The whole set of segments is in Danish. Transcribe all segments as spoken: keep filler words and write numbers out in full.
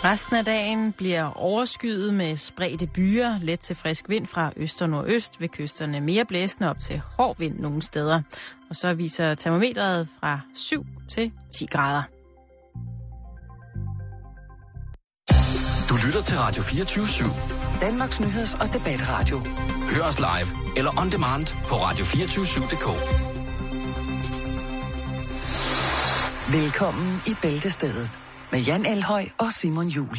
Resten af dagen bliver overskyet med spredte byer, let til frisk vind fra øst og nordøst, ved kysterne mere blæsende op til hård vind nogle steder. Og så viser termometret fra syv til ti grader. Du lytter til Radio fireogtyve syv. Danmarks nyheds- og debatradio. Hør os live eller on demand på radio to fire syv punktum d k. Velkommen i Bæltestedet med Jan Elhøj og Simon Juhl.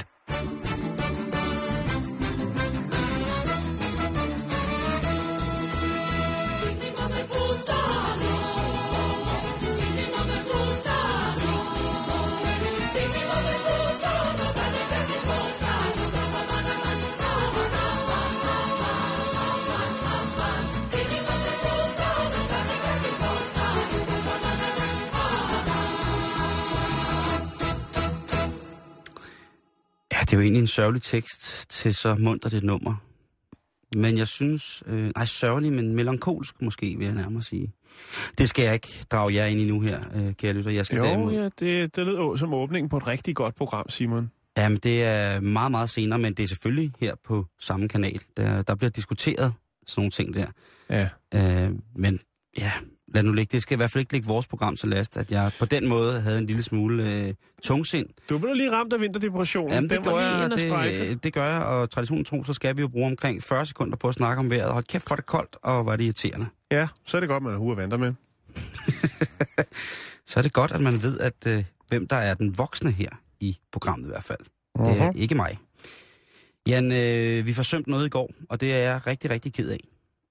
Det er jo egentlig en sørgelig tekst til så muntert et nummer. Men jeg synes... Øh, nej, sørgelig, men melankolsk måske, vil jeg nærmere sige. Det skal jeg ikke drage jer ind i nu her, øh, kære lytter. Jeg skal jo, derimod... ja, det, det lyder som åbningen på et rigtig godt program, Simon. Jamen, det er meget, meget senere, men det er selvfølgelig her på samme kanal. Der, der bliver diskuteret sådan nogle ting der. Ja. Øh, men ja... Lad nu ligge. Det skal i hvert fald ikke ligge vores program til last, at jeg på den måde havde en lille smule øh, tungsind. Du blev lige ramt af vinterdepressionen. Jamen, det, den gør var jeg, det, det gør jeg, og traditionen tro, så skal vi jo bruge omkring fyrre sekunder på at snakke om vejret. Hold kæft, for det koldt, og hvor er det irriterende. Ja, så er det godt, man har hue vandre med. Så er det godt, at man ved, at øh, hvem der er den voksne her i programmet i hvert fald. Uh-huh. Det er ikke mig. Jan, øh, vi forsømte noget i går, og det er jeg rigtig, rigtig ked af.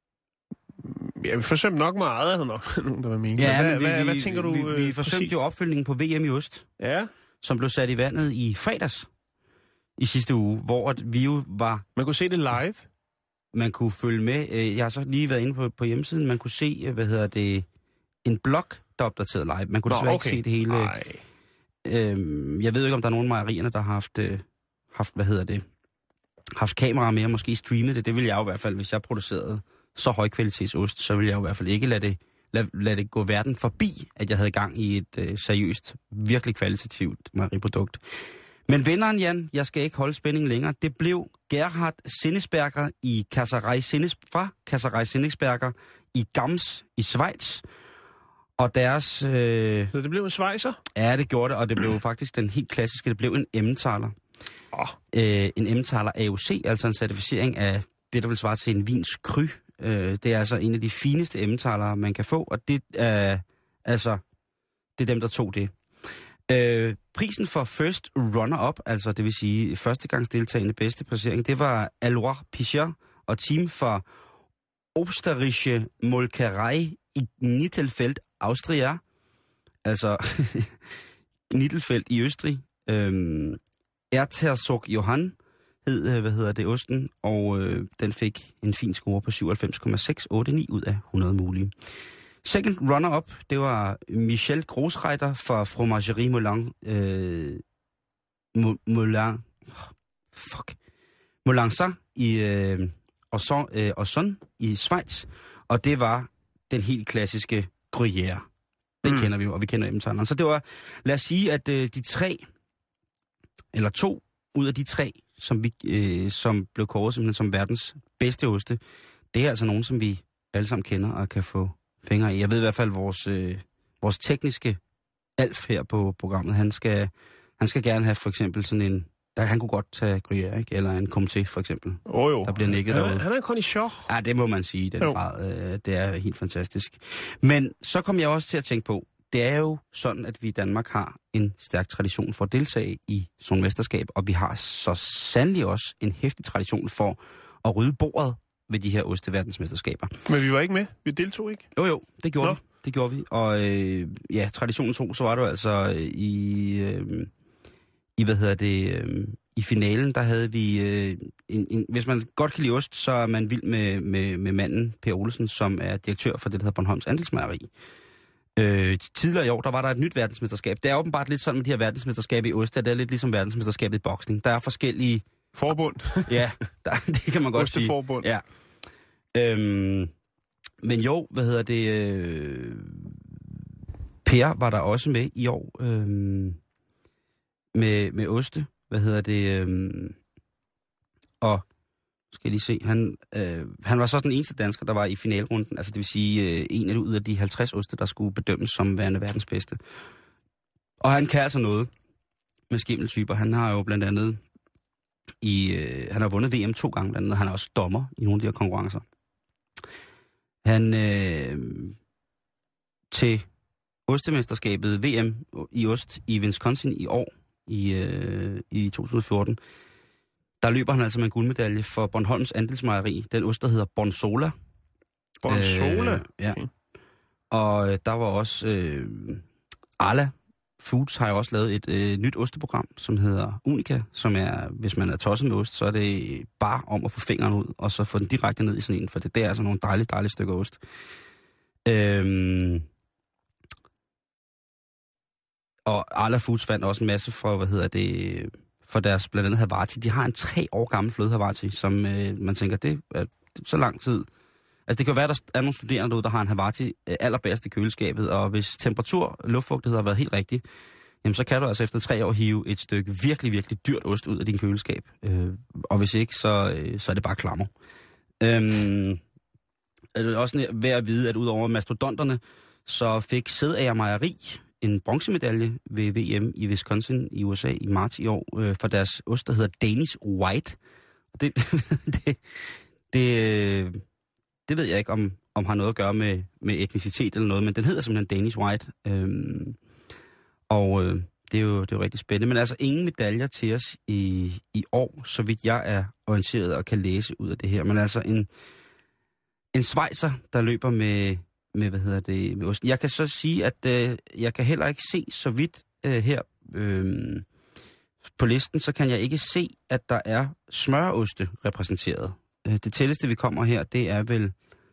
Ja, vi forsømte nok meget, er der nok nogen, der var meningen. Ja, hvad, men vi, hvad, vi, hvad tænker du? Vi, vi, vi forsømte jo opfølgningen på V M i Ost, ja. Som blev sat i vandet i fredags i sidste uge, hvor vi jo var... Man kunne se det live? Man kunne følge med. Jeg har så lige været inde på, på hjemmesiden. Man kunne se, hvad hedder det, en blog, der opdaterede live. Man kunne Nå, desværre okay. ikke se det hele. Nej. Øhm, jeg ved ikke, om der er nogen af mejerierne, der har haft, øh, haft, hvad hedder det, haft kameraer med og måske streamet det. Det ville jeg jo i hvert fald, hvis jeg producerede så højkvalitetsost, så ville jeg jo i hvert fald ikke lade det, lade, lade det gå verden forbi, at jeg havde gang i et øh, seriøst, virkelig kvalitativt mejeriprodukt. Men vinderen, Jan, jeg skal ikke holde spændingen længere, det blev Gerhard Sinnesberger i Kasserei Sinnes, fra Kasserei Sinnesberger i Gams i Schweiz. Og deres... Øh, så det blev en schweizer? Ja, det gjorde det, og det blev faktisk den helt klassiske, det blev en Emmentaler. Oh. Øh, en Emmentaler A O C, altså en certificering af det, der vil svare til en vins cru. Øh, det er altså en af de fineste Emmentaler, man kan få, og det er altså, det er dem, der tog det. Øh, prisen for first runner-up, altså det vil sige førstegangsdeltagende bedste placering, det var Alois Picher og team for Obsterische Molkerei i Nittelfeld, Austria. Altså Nittelfeld i Østrig. Øh, Erzherzog Johann hed, hvad hedder det, osten, og øh, den fik en fin score på syvoghalvfems komma seks otte ni ud af hundrede mulige. Second runner-up, det var Michel Großreiter fra Fromagerie Moulin, øh, Moulin, fuck, Moulinsa i øh, Ausson, øh, Ausson i Schweiz, og det var den helt klassiske Gruyère. Den mm. kender vi jo, og vi kender Emmentaleren. Så det var, lad os sige, at øh, de tre, eller to ud af de tre, som, vi, øh, som blev kåret simpelthen som verdens bedste oste, det er altså nogen, som vi alle sammen kender og kan få fingre i. Jeg ved i hvert fald, vores, øh, vores tekniske Alf her på programmet, han skal, han skal gerne have for eksempel sådan en, der, han kunne godt tage Gruyère, ikke? Eller en Comté for eksempel. Oh, jo. Der bliver nikket han, derude. Han er en connoisseur. Ja, det må man sige i den grad. Øh, det er helt fantastisk. Men så kom jeg også til at tænke på, det er jo sådan, at vi i Danmark har en stærk tradition for at deltage i sådan et mesterskab, og vi har så sandelig også en hæftig tradition for at rydde bordet ved de her osteverdensmesterskaber. Men vi var ikke med. Vi deltog ikke. Jo, jo, det gjorde Nå. vi. Det gjorde vi. Og øh, ja, traditionen tro, så var det jo altså i, øh, i hvad hedder det, øh, i finalen, der havde vi, øh, en, en, hvis man godt kan lide ost, så er man vild med, med, med manden, Per Olsen, som er direktør for det, der hedder Bornholms Andelsmejeri. Øh, tidligere i år, der var der et nyt verdensmesterskab. Det er åbenbart lidt sådan med de her verdensmesterskaber i ost, det er lidt ligesom verdensmesterskabet i boksning. Der er forskellige... Forbund. Ja, der, det kan man godt sige. Osteforbund. Ja. Øhm, men jo, hvad hedder det... Øh, Per var der også med i år øh, med, med oste. hvad hedder det, øhm, og skal jeg lige se, han, øh, han var så den eneste dansker, der var i finalerunden, altså det vil sige øh, en af ud af de halvtreds oste, der skulle bedømmes som værende verdens bedste. Og han kan altså noget med skimmeltyper. Han har jo blandt andet i, øh, han har vundet V M to gange, blandt andet. Han er også dommer i nogle af de her konkurrencer. Han øh, til ostemesterskabet V M i ost i Wisconsin i år, i, øh, i to tusind og fjorten, der løber han altså med en guldmedalje for Bornholms andelsmejeri. Den ost, der hedder Bonsola. Bonsola? Øh, ja. Okay. Og øh, der var også øh, Arla Foods har jo også lavet et øh, nyt osteprogram, som hedder Unica, som er, hvis man er tosset med ost, så er det bare om at få fingeren ud, og så få den direkte ned i sådan en, for det der er altså nogle dejlige, dejlige stykker ost. Øhm, og Arla Foods fandt også en masse for, hvad hedder det, for deres blandt andet Havarti. De har en tre år gammel fløde Havarti, som øh, man tænker, det er så lang tid. Altså det kan jo være, der er nogle studerende derude, der har en Havarti øh, allerbedst i køleskabet, og hvis temperatur og luftfugtighed har været helt rigtig, jamen så kan du altså efter tre år hive et stykke virkelig, virkelig dyrt ost ud af din køleskab. Øh, og hvis ikke, så, øh, så er det bare klammer. Øhm, er det også værd at vide, at udover mastodonterne, så fik Sædager Mejeri en bronzemedalje ved V M i Wisconsin i U S A i marts i år øh, for deres ost, der hedder Danish White. Det, det, det, det ved jeg ikke, om, om har noget at gøre med, med etnicitet eller noget, men den hedder simpelthen Danish White. Øhm, og øh, det, er jo, det er jo rigtig spændende. Men altså ingen medaljer til os i, i år, så vidt jeg er orienteret og kan læse ud af det her. Men altså en, en schweizer, der løber med... med, hvad hedder det, med osten. Jeg kan så sige, at øh, jeg kan heller ikke se så vidt øh, her øh, på listen, så kan jeg ikke se, at der er smøroste repræsenteret. Øh, det tætteste, vi kommer her, det er vel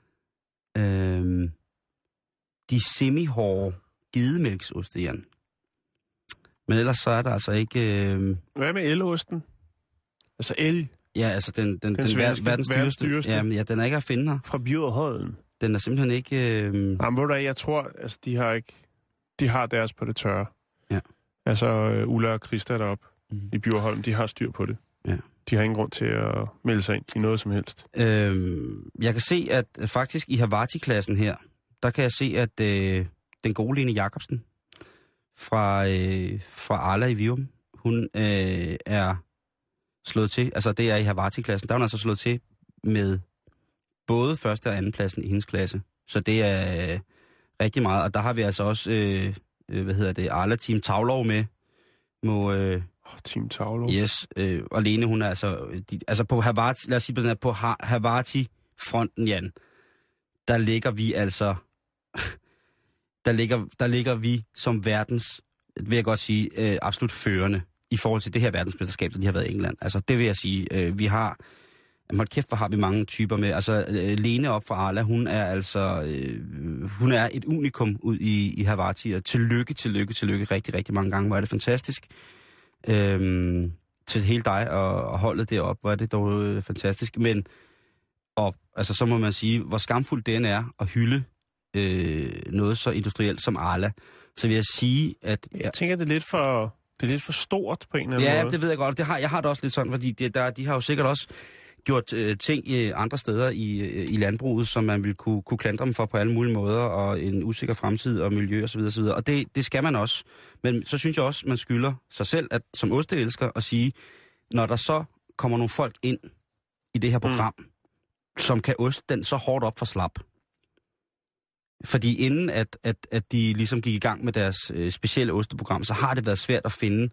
øh, de semi-hårde gedemælksoste, Jan. Men ellers så er der altså ikke... Øh, Hvad med elosten? Altså el? Ja, altså den, den, den, den svenske, verdens dyreste. dyreste. Ja, ja, den er ikke at finde her. Fra Bjørholden. Den er simpelthen ikke... Øh... Jamen, hvor der, jeg tror, altså, de har ikke... De har deres på det tørre. Ja. Altså, uh, Ulla og Christa deroppe mm. i Bjørholm, de har styr på det. Ja. De har ingen grund til at melde sig ind i noget som helst. Øhm, jeg kan se, at faktisk i Havarti-klassen her, der kan jeg se, at øh, den gode Lene Jacobsen fra, øh, fra Arla i Virum, hun øh, er slået til, altså det er i Havarti-klassen, der er hun altså slået til med både første og anden pladsen i hendes klasse. Så det er øh, rigtig meget, og der har vi altså også, øh, øh, hvad hedder det, Arla Team Tavlov med. Må, øh, oh, Team Tavlov? Yes, øh, og Lene, hun er altså, de, altså på Havarti, lad os sige, den på ha- Havarti-fronten, Jan, der ligger vi altså, der ligger, der ligger vi som verdens, vil jeg godt sige, øh, absolut førende i forhold til det her verdensmesterskab, der lige har været i England. Altså det vil jeg sige, øh, vi har, hold kæft, hvor har vi mange typer med. Altså øh, Lene op fra Arla, hun er altså, øh, hun er et unikum ud i, i Havarti, og tillykke, tillykke, tillykke rigtig, rigtig mange gange, hvor er det fantastisk. Øhm, til hele dig og, og holdet deroppe, hvor er det dog øh, fantastisk. Men og, altså, så må man sige, hvor skamfuldt den er at hylde øh, noget så industrielt som Arla. Så vil jeg sige, at... Jeg tænker, det er lidt for, det er lidt for stort på en eller anden ja, måde. Ja, det ved jeg godt. Det har, jeg har det også lidt sådan, fordi det, der, de har jo sikkert også gjort øh, ting øh, andre steder i, øh, i landbruget, som man vil kunne, kunne klandre dem for på alle mulige måder, og en usikker fremtid og miljø osv. osv. Og det, det skal man også. Men så synes jeg også, man skylder sig selv, at som osteelsker, at sige, når der så kommer nogle folk ind i det her program, mm. som kan ost den så hårdt op for slap. Fordi inden at, at, at de ligesom gik i gang med deres øh, specielle osteprogram, så har det været svært at finde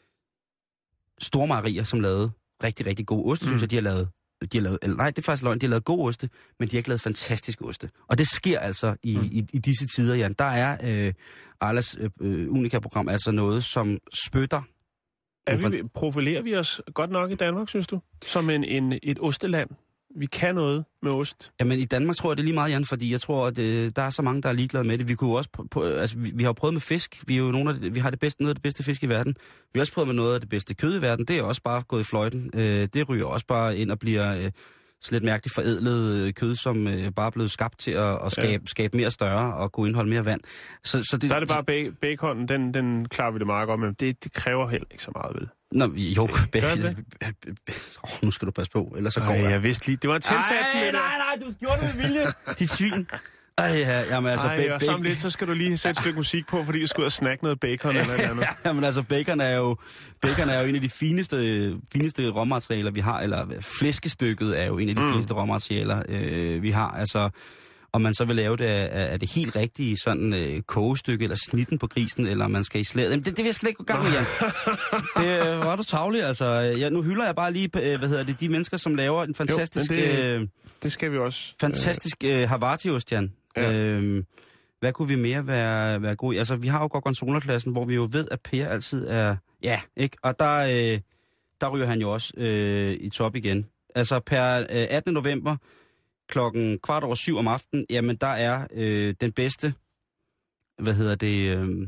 store mejerier, som lavede rigtig, rigtig gode oste, mm. synes jeg, de har lavet. De har lavet, eller nej, det er faktisk løgn, de har lavet gode oste, men de har ikke lavet fantastiske oste. Og det sker altså i, mm. i, i disse tider, Jan. Der er øh, Arlas øh, Unica-program altså noget, som spytter. Er vi, profilerer vi os godt nok i Danmark, synes du? Som en, en, et osteland? Vi kan noget med ost. Jamen i Danmark tror jeg, det er lige meget, Jan, fordi jeg tror, at øh, der er så mange, der er ligeglade med det. Vi kunne også pr- pr- altså, vi, vi har prøvet med fisk. Vi er jo nogle af det, vi har det bedste, noget af det bedste fisk i verden. Vi har også prøvet med noget af det bedste kød i verden. Det er også bare gået i fløjten. Øh, det ryger også bare ind og bliver øh, sådan lidt mærkeligt forædlet øh, kød, som øh, bare er blevet skabt til at, at skabe, ja. skabe mere større og kunne indeholde mere vand. Så, så det, der er det bare ba- baconen, den, den klarer vi det meget godt, men det, det kræver heller ikke så meget, vel? Nå, jo, Gør det? oh, nu skal du passe på, ellers så går Ej, jeg. jeg vidste lige, det var en tilsats. Nej, nej, nej, du gjorde det med vilje. Dit svin. Ej, ja, jamen altså... Ej, og så om lidt, så skal du lige sætte et stykke musik på, fordi du skal ud og snakke noget bacon eller noget andet. Jamen altså, bacon er jo, bacon er jo en af de fineste, fineste råmaterialer, vi har, eller flæskestykket er jo en af de mm. fineste råmaterialer, øh, vi har. Altså, om man så vil lave det af, af det helt rigtige sådan øh, kogestykke, eller snitten på grisen, eller man skal i slædet. Jamen, det, det vil jeg slet ikke gå gang med, Jan. Det var du tavlig, altså. Jeg, nu hylder jeg bare lige, øh, hvad hedder det, de mennesker, som laver en fantastisk... Jo, det, øh, det skal vi også. Fantastisk øh, Havarti-ost, Jan. Ja. Øhm, hvad kunne vi mere være, være gode i? Altså, vi har jo Gorgonzola-klassen, hvor vi jo ved, at Per altid er... Ja, ikke? Og der, øh, der ryger han jo også øh, i top igen. Altså, per øh, attende november, klokken kvart over syv om aftenen, jamen, der er øh, den bedste... Hvad hedder det? Øh,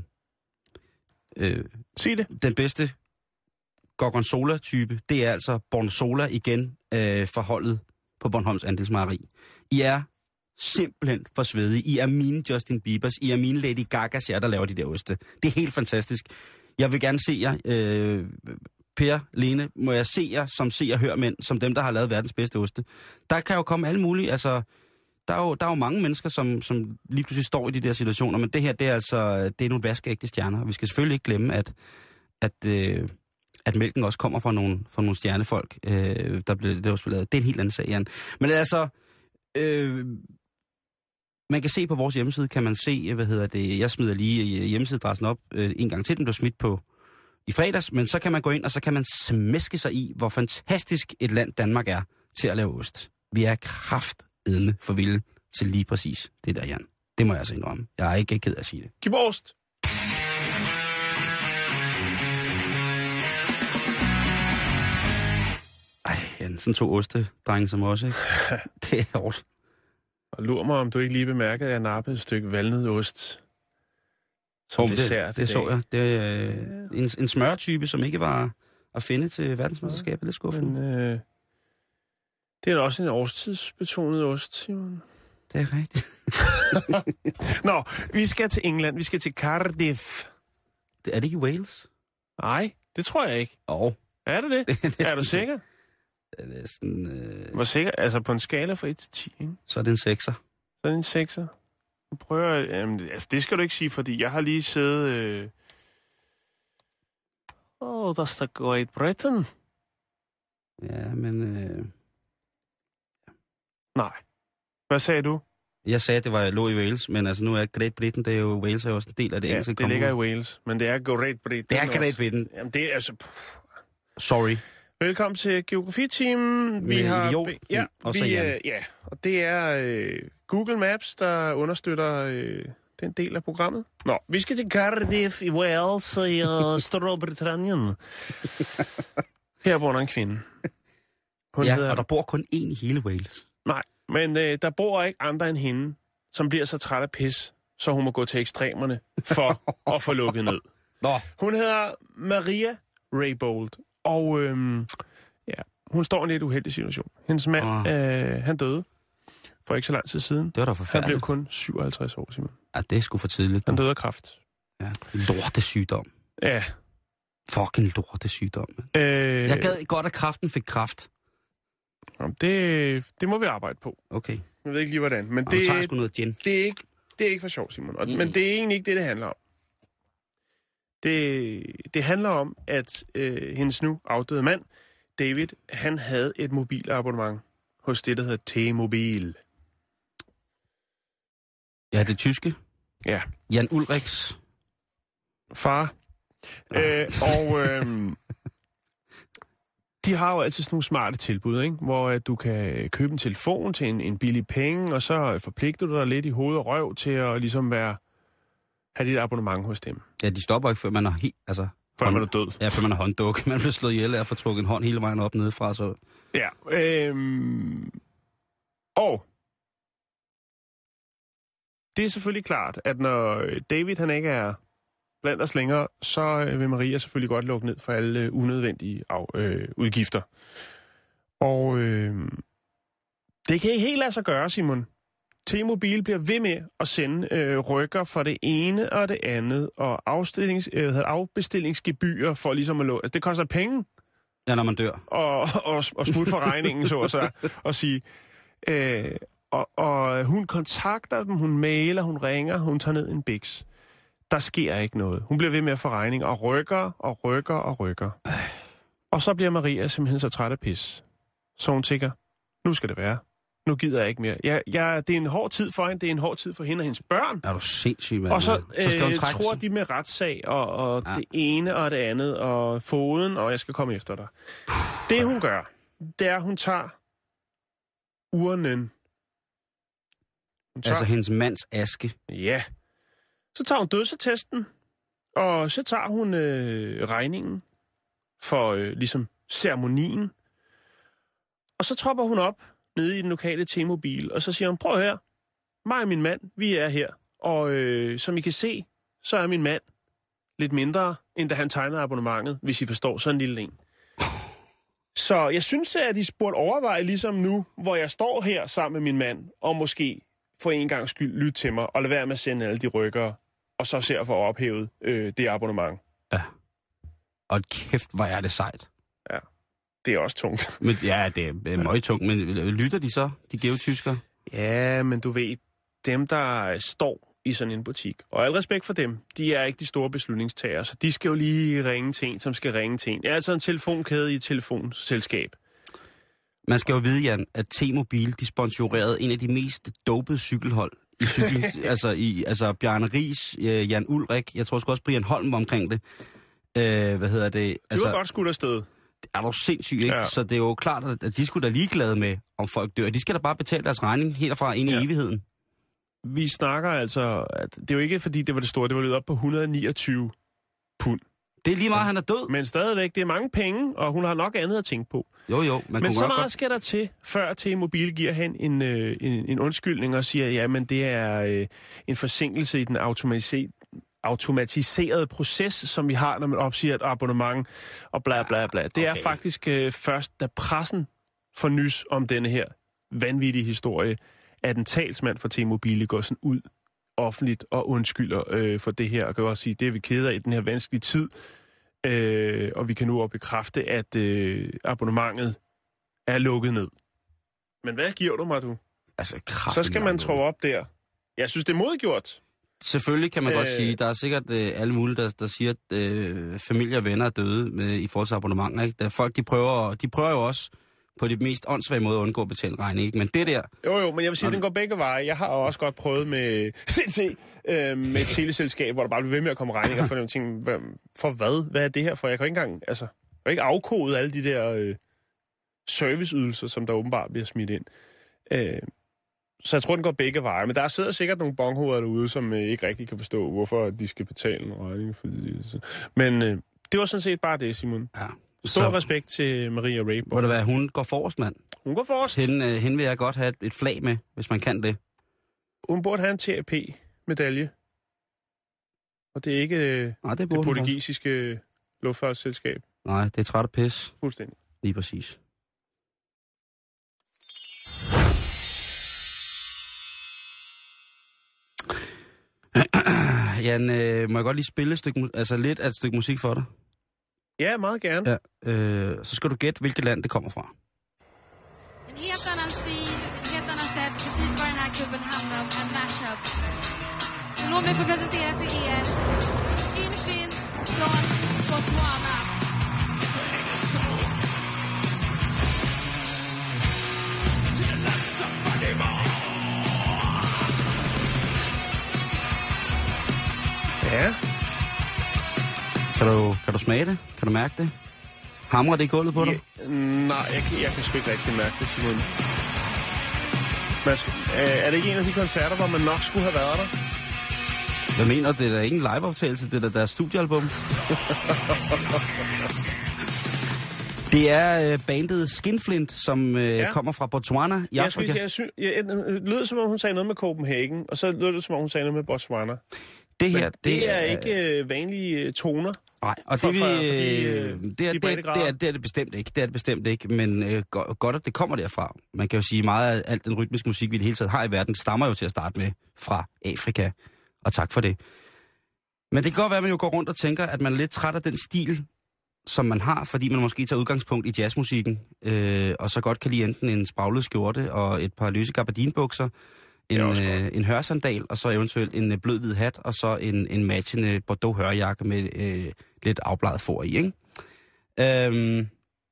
øh, Sig det. Den bedste Gorgonzola-type, det er altså Bornzola igen, øh, forholdet på Bornholms Andelsmejeri. I er simpelthen for svedige. I er mine Justin Biebers. I er mine Lady Gagas, jer, der laver de der oste. Det er helt fantastisk. Jeg vil gerne se jer, øh, Per, Lene, må jeg se jer som se og hør mænd, som dem, der har lavet verdens bedste oste. Der kan jo komme alle mulige, altså, der er jo, der er jo mange mennesker, som, som lige pludselig står i de der situationer, men det her, det er altså, det er nogle vaskeægte stjerner. Vi skal selvfølgelig ikke glemme, at, at, øh, at mælken også kommer fra nogle, fra nogle stjernefolk, øh, der blev det også lavet. Det er en helt anden sag, Jan. Men altså, øh, man kan se på vores hjemmeside, kan man se, hvad hedder det, jeg smider lige hjemmesideadressen op øh, en gang til, den blev smidt på i fredags, men så kan man gå ind, og så kan man smæske sig i, hvor fantastisk et land Danmark er til at lave ost. Vi er kraftedme for vilde til lige præcis det der, Jan. Det må jeg altså indrømme. Jeg er ikke ked af at sige det. Giv mig ost! Ej, Jan, sådan to ostedrenge som også, ikke? Det er hårdt. Og lur mig, om du ikke lige bemærkede, at jeg nappede et stykke valnødost som oh, dessert. Det, det så jeg. Det er øh, en, en smørtype, som ikke var at finde til verdensmesterskabet. Lidt skuffende. Men, øh, det er også en årstidsbetonet ost, Simon. Det er rigtigt. Nå, vi skal til England. Vi skal til Cardiff. Det, er det ikke Wales? Nej, det tror jeg ikke. Åh. Oh. Er det det? det er, er du sikker? Det er næsten... Øh... Hvor sikker? Altså på en skala fra et til ti, ikke? Så er det en sekser. Så er det en sekser. Nu prøver jeg... Jamen, altså, det skal du ikke sige, fordi jeg har lige siddet... Øh... Åh, oh, der står Great Britain. Ja, men... Øh... Nej. Hvad sagde du? Jeg sagde, at det var lå i Wales, men altså nu er Great Britain, det er jo Wales er også en del af det ja, engelske det ligger i Wales, men det er Great Britain. Det er Great Britain. Jamen, det er altså... Sorry. Velkommen til Geografiteamen. Vi med har... idiot, ja, og så vi, Jan. ja, og det er øh, Google Maps, der understøtter øh, den del af programmet. Nå, vi skal til Cardiff i Wales i uh, Storbritannien. Her bor der en kvinde. Hun ja, hedder... og der bor kun én i hele Wales. Nej, men øh, der bor ikke andre end hende, som bliver så træt af pis, så hun må gå til ekstremerne for at få lukket ned. Nå. Hun hedder Maria Raybould, og øhm, ja, hun står i en lidt uheldig situation. Hendes mand, oh. øh, han døde for ikke så lang tid siden. Det var da forfærdeligt. Han blev kun syvoghalvtreds år, Simon. Ja, det er sgu for tidligt. Han døde af kræft. Ja, lortesygdom. Ja. Fucking lortesygdom. Øh... Jeg gad godt, at kræften fik kræft. Det, det må vi arbejde på. Okay. Jeg ved ikke lige, hvordan. Men og det, tager sgu noget gin. Det er ikke, det er ikke for sjov, Simon. Og, mm. Men det er egentlig ikke det, det handler om. Det, det handler om, at øh, hendes nu afdøde mand, David, han havde et mobilabonnement hos det, der hedder T-Mobil. Ja, det tyske. Ja. Jan Ulrichs far. Ah. Øh, og øh, de har jo altid sådan nogle smarte tilbud, ikke? Hvor at du kan købe en telefon til en, en billig penge, og så forpligter du dig lidt i hoved og røv til at ligesom være, have dit abonnement hos dem. Ja, de stopper ikke, før man er helt, altså... Før man er død. Ja, før man er håndduk. Man bliver slået ihjel af at få trukket en hånd hele vejen op nedefra, så... Ja, øhm... og... Det er selvfølgelig klart, at når David han ikke er blandt os længere, så vil Maria selvfølgelig godt lukke ned for alle unødvendige af, øh, udgifter. Og øh, Det kan ikke helt lade sig gøre, Simon. T-Mobile bliver ved med at sende øh, rykker for det ene og det andet, og afstillings, øh, afbestillingsgebyrer for ligesom at lå. Altså, det koster penge. Ja, når man dør. Og, og, og smutte for regningen, så at sige. Og, sige øh, og, og hun kontakter dem, hun mailer, hun ringer, hun tager ned en biks. Der sker ikke noget. Hun bliver ved med at få regning, og rykker, og rykker, og rykker. Øh. Og så bliver Maria simpelthen så træt af pis. Så hun tænker, nu skal det være. Nu gider jeg ikke mere. Jeg, jeg, det er en hård tid for hende, det er en hård tid for hende og hendes børn. Er du sindssyg, mand? Og så, så skal øh, tror de med retssag, og, og ja. det ene og det andet, og foden, og jeg skal komme efter dig. Puh. Det hun gør, det er, hun tager urnen. Hun tager, altså hendes mands aske? Ja. Så tager hun dødsattesten, og så tager hun øh, regningen for øh, ligesom ceremonien. Og så tropper hun op nede i den lokale T-Mobile, og så siger hun, prøv her, mig og min mand, vi er her. Og øh, som I kan se, så er min mand lidt mindre, end da han tegnede abonnementet, hvis I forstår sådan en lille en. Så jeg synes, at de burde overveje, ligesom nu, hvor jeg står her sammen med min mand, og måske for en gang skyld lytte til mig, og lade være med at sende alle de rykkere, og så ser for ophævet øh, det abonnement. Ja. Og kæft, hvor er det sejt. Ja. Det er også tungt. Men, ja, det er meget tungt, men lytter de så, de geotyskere? Ja, men du ved, dem der står i sådan en butik, og al respekt for dem, de er ikke de store beslutningstagere, så de skal jo lige ringe til en, som skal ringe til en. Det er altså en telefonkæde i et telefonselskab. Man skal jo vide, Jan, at T-Mobile, de sponsorerede en af de mest dopede cykelhold i cykel, altså, i, altså Bjarne Riis, Jan Ulrik, jeg tror også Brian Holm var omkring det. Øh, hvad hedder det? Altså, det var godt skudt afsted. Det er jo sindssygt, ikke? Ja. Så det er jo klart, at de skulle da ligeglade med, om folk dør. De skal da bare betale deres regning helt fra ind i ja. evigheden. Vi snakker altså, at det er jo ikke fordi, det var det store, det var løbet op på et hundrede og niogtyve pund. Det er lige meget, han er død. Men stadigvæk, det er mange penge, og hun har nok andet at tænke på. Jo, jo. Man men så meget godt... skal der til, før T-Mobile giver hen en, øh, en, en undskyldning og siger, ja, men det er øh, en forsinkelse i den automatiserede automatiseret proces, som vi har, når man opsiger et abonnement, og bla bla bla. Det okay. er faktisk øh, først, da pressen får nys om denne her vanvittige historie, at en talsmand for T-Mobile går sådan ud offentligt og undskylder øh, for det her, og kan også sige, det er vi kede af i den her vanskelige tid, øh, og vi kan nu bekræfte, at øh, abonnementet er lukket ned. Men hvad giver du mig, du? Altså, så skal man tro op der. Jeg synes, det er modgjort. Selvfølgelig kan man øh... godt sige, der er sikkert øh, alle mulige, der, der siger, at øh, familie og venner er døde med, i forhold til abonnementer. Ikke? Der folk, de prøver, de prøver jo også på de mest åndssvage måde at undgå at betale regning, ikke? Men det der... Jo, jo, men jeg vil sige, at den går begge veje. Jeg har også godt prøvet med C T, øh, med et teleselskab, hvor der bare bliver ved med at komme regninger for nogle ting. For hvad? Hvad er det her for? Jeg kan ikke engang, altså, jeg kan ikke afkode alle de der øh, serviceydelser, som der åbenbart bliver smidt ind. Øh, Så jeg tror, den går begge veje. Men der sidder sikkert nogle bonghoveder derude, som øh, ikke rigtig kan forstå, hvorfor de skal betale en regning. Men øh, det var sådan set bare det, Simon. Ja. Stor så... respekt til Maria Rayborn. Må det være, hun går forrest, mand? Hun går forrest. Hende, øh, hende vil jeg godt have et, et flag med, hvis man kan det. Hun burde have en T A P-medalje. Og det er ikke øh, Nej, det, det portugisiske luftfartsselskab. Nej, det er træt og pis. Fuldstændig. Lige præcis. Jan, øh, må jeg godt lige spille et stykke, altså lidt af et stykke musik for dig? Ja, meget gerne. Ja, øh, så skal du gætte, hvilket land det kommer fra. En helt annan stil, en helt annan sätt, precis var den här klubben hamnar, en matchup. Så låt mig få presentera till er Infin från Botswana. Ja. Kan du, kan du smage det? Kan du mærke det? Hamrer det i gulvet på dig? Ja, nej, jeg, kan, jeg kan sgu ikke rigtig mærke det, Simon. Man skal, øh, er det ikke en af de koncerter, hvor man nok skulle have været der? Hvad mener du? Det er da ikke en liveoptagelse, det er da deres studiealbum. Det er øh, bandet Skinflint, som øh, ja. kommer fra Botswana i jeg Afrika. Sige, jeg synes, jeg, det lød som om, hun sagde noget med Copenhagen, og så lød det som om, hun sagde noget med Botswana. Det her, det, det er, er ikke øh, vanlige øh, toner. Nej, og For- det, vi, for- fordi, øh, det, er, de det, det, breddegrader. er, det er det bestemt ikke. Det er det bestemt ikke, men øh, go- godt, at det kommer derfra. Man kan jo sige, meget af alt den rytmiske musik, vi i det hele taget har i verden, stammer jo til at starte med fra Afrika. Og tak for det. Men det kan godt være, at man jo går rundt og tænker, at man er lidt træt af den stil, som man har, fordi man måske tager udgangspunkt i jazzmusikken, øh, og så godt kan lide enten en spraglet skjorte og et par løse gabardinbukser, en, øh, en hørsandal, og så eventuelt en øh, blød hvid hat, og så en, en matchende Bordeaux hørjakke med øh, lidt afbladet for i, ikke? Øhm,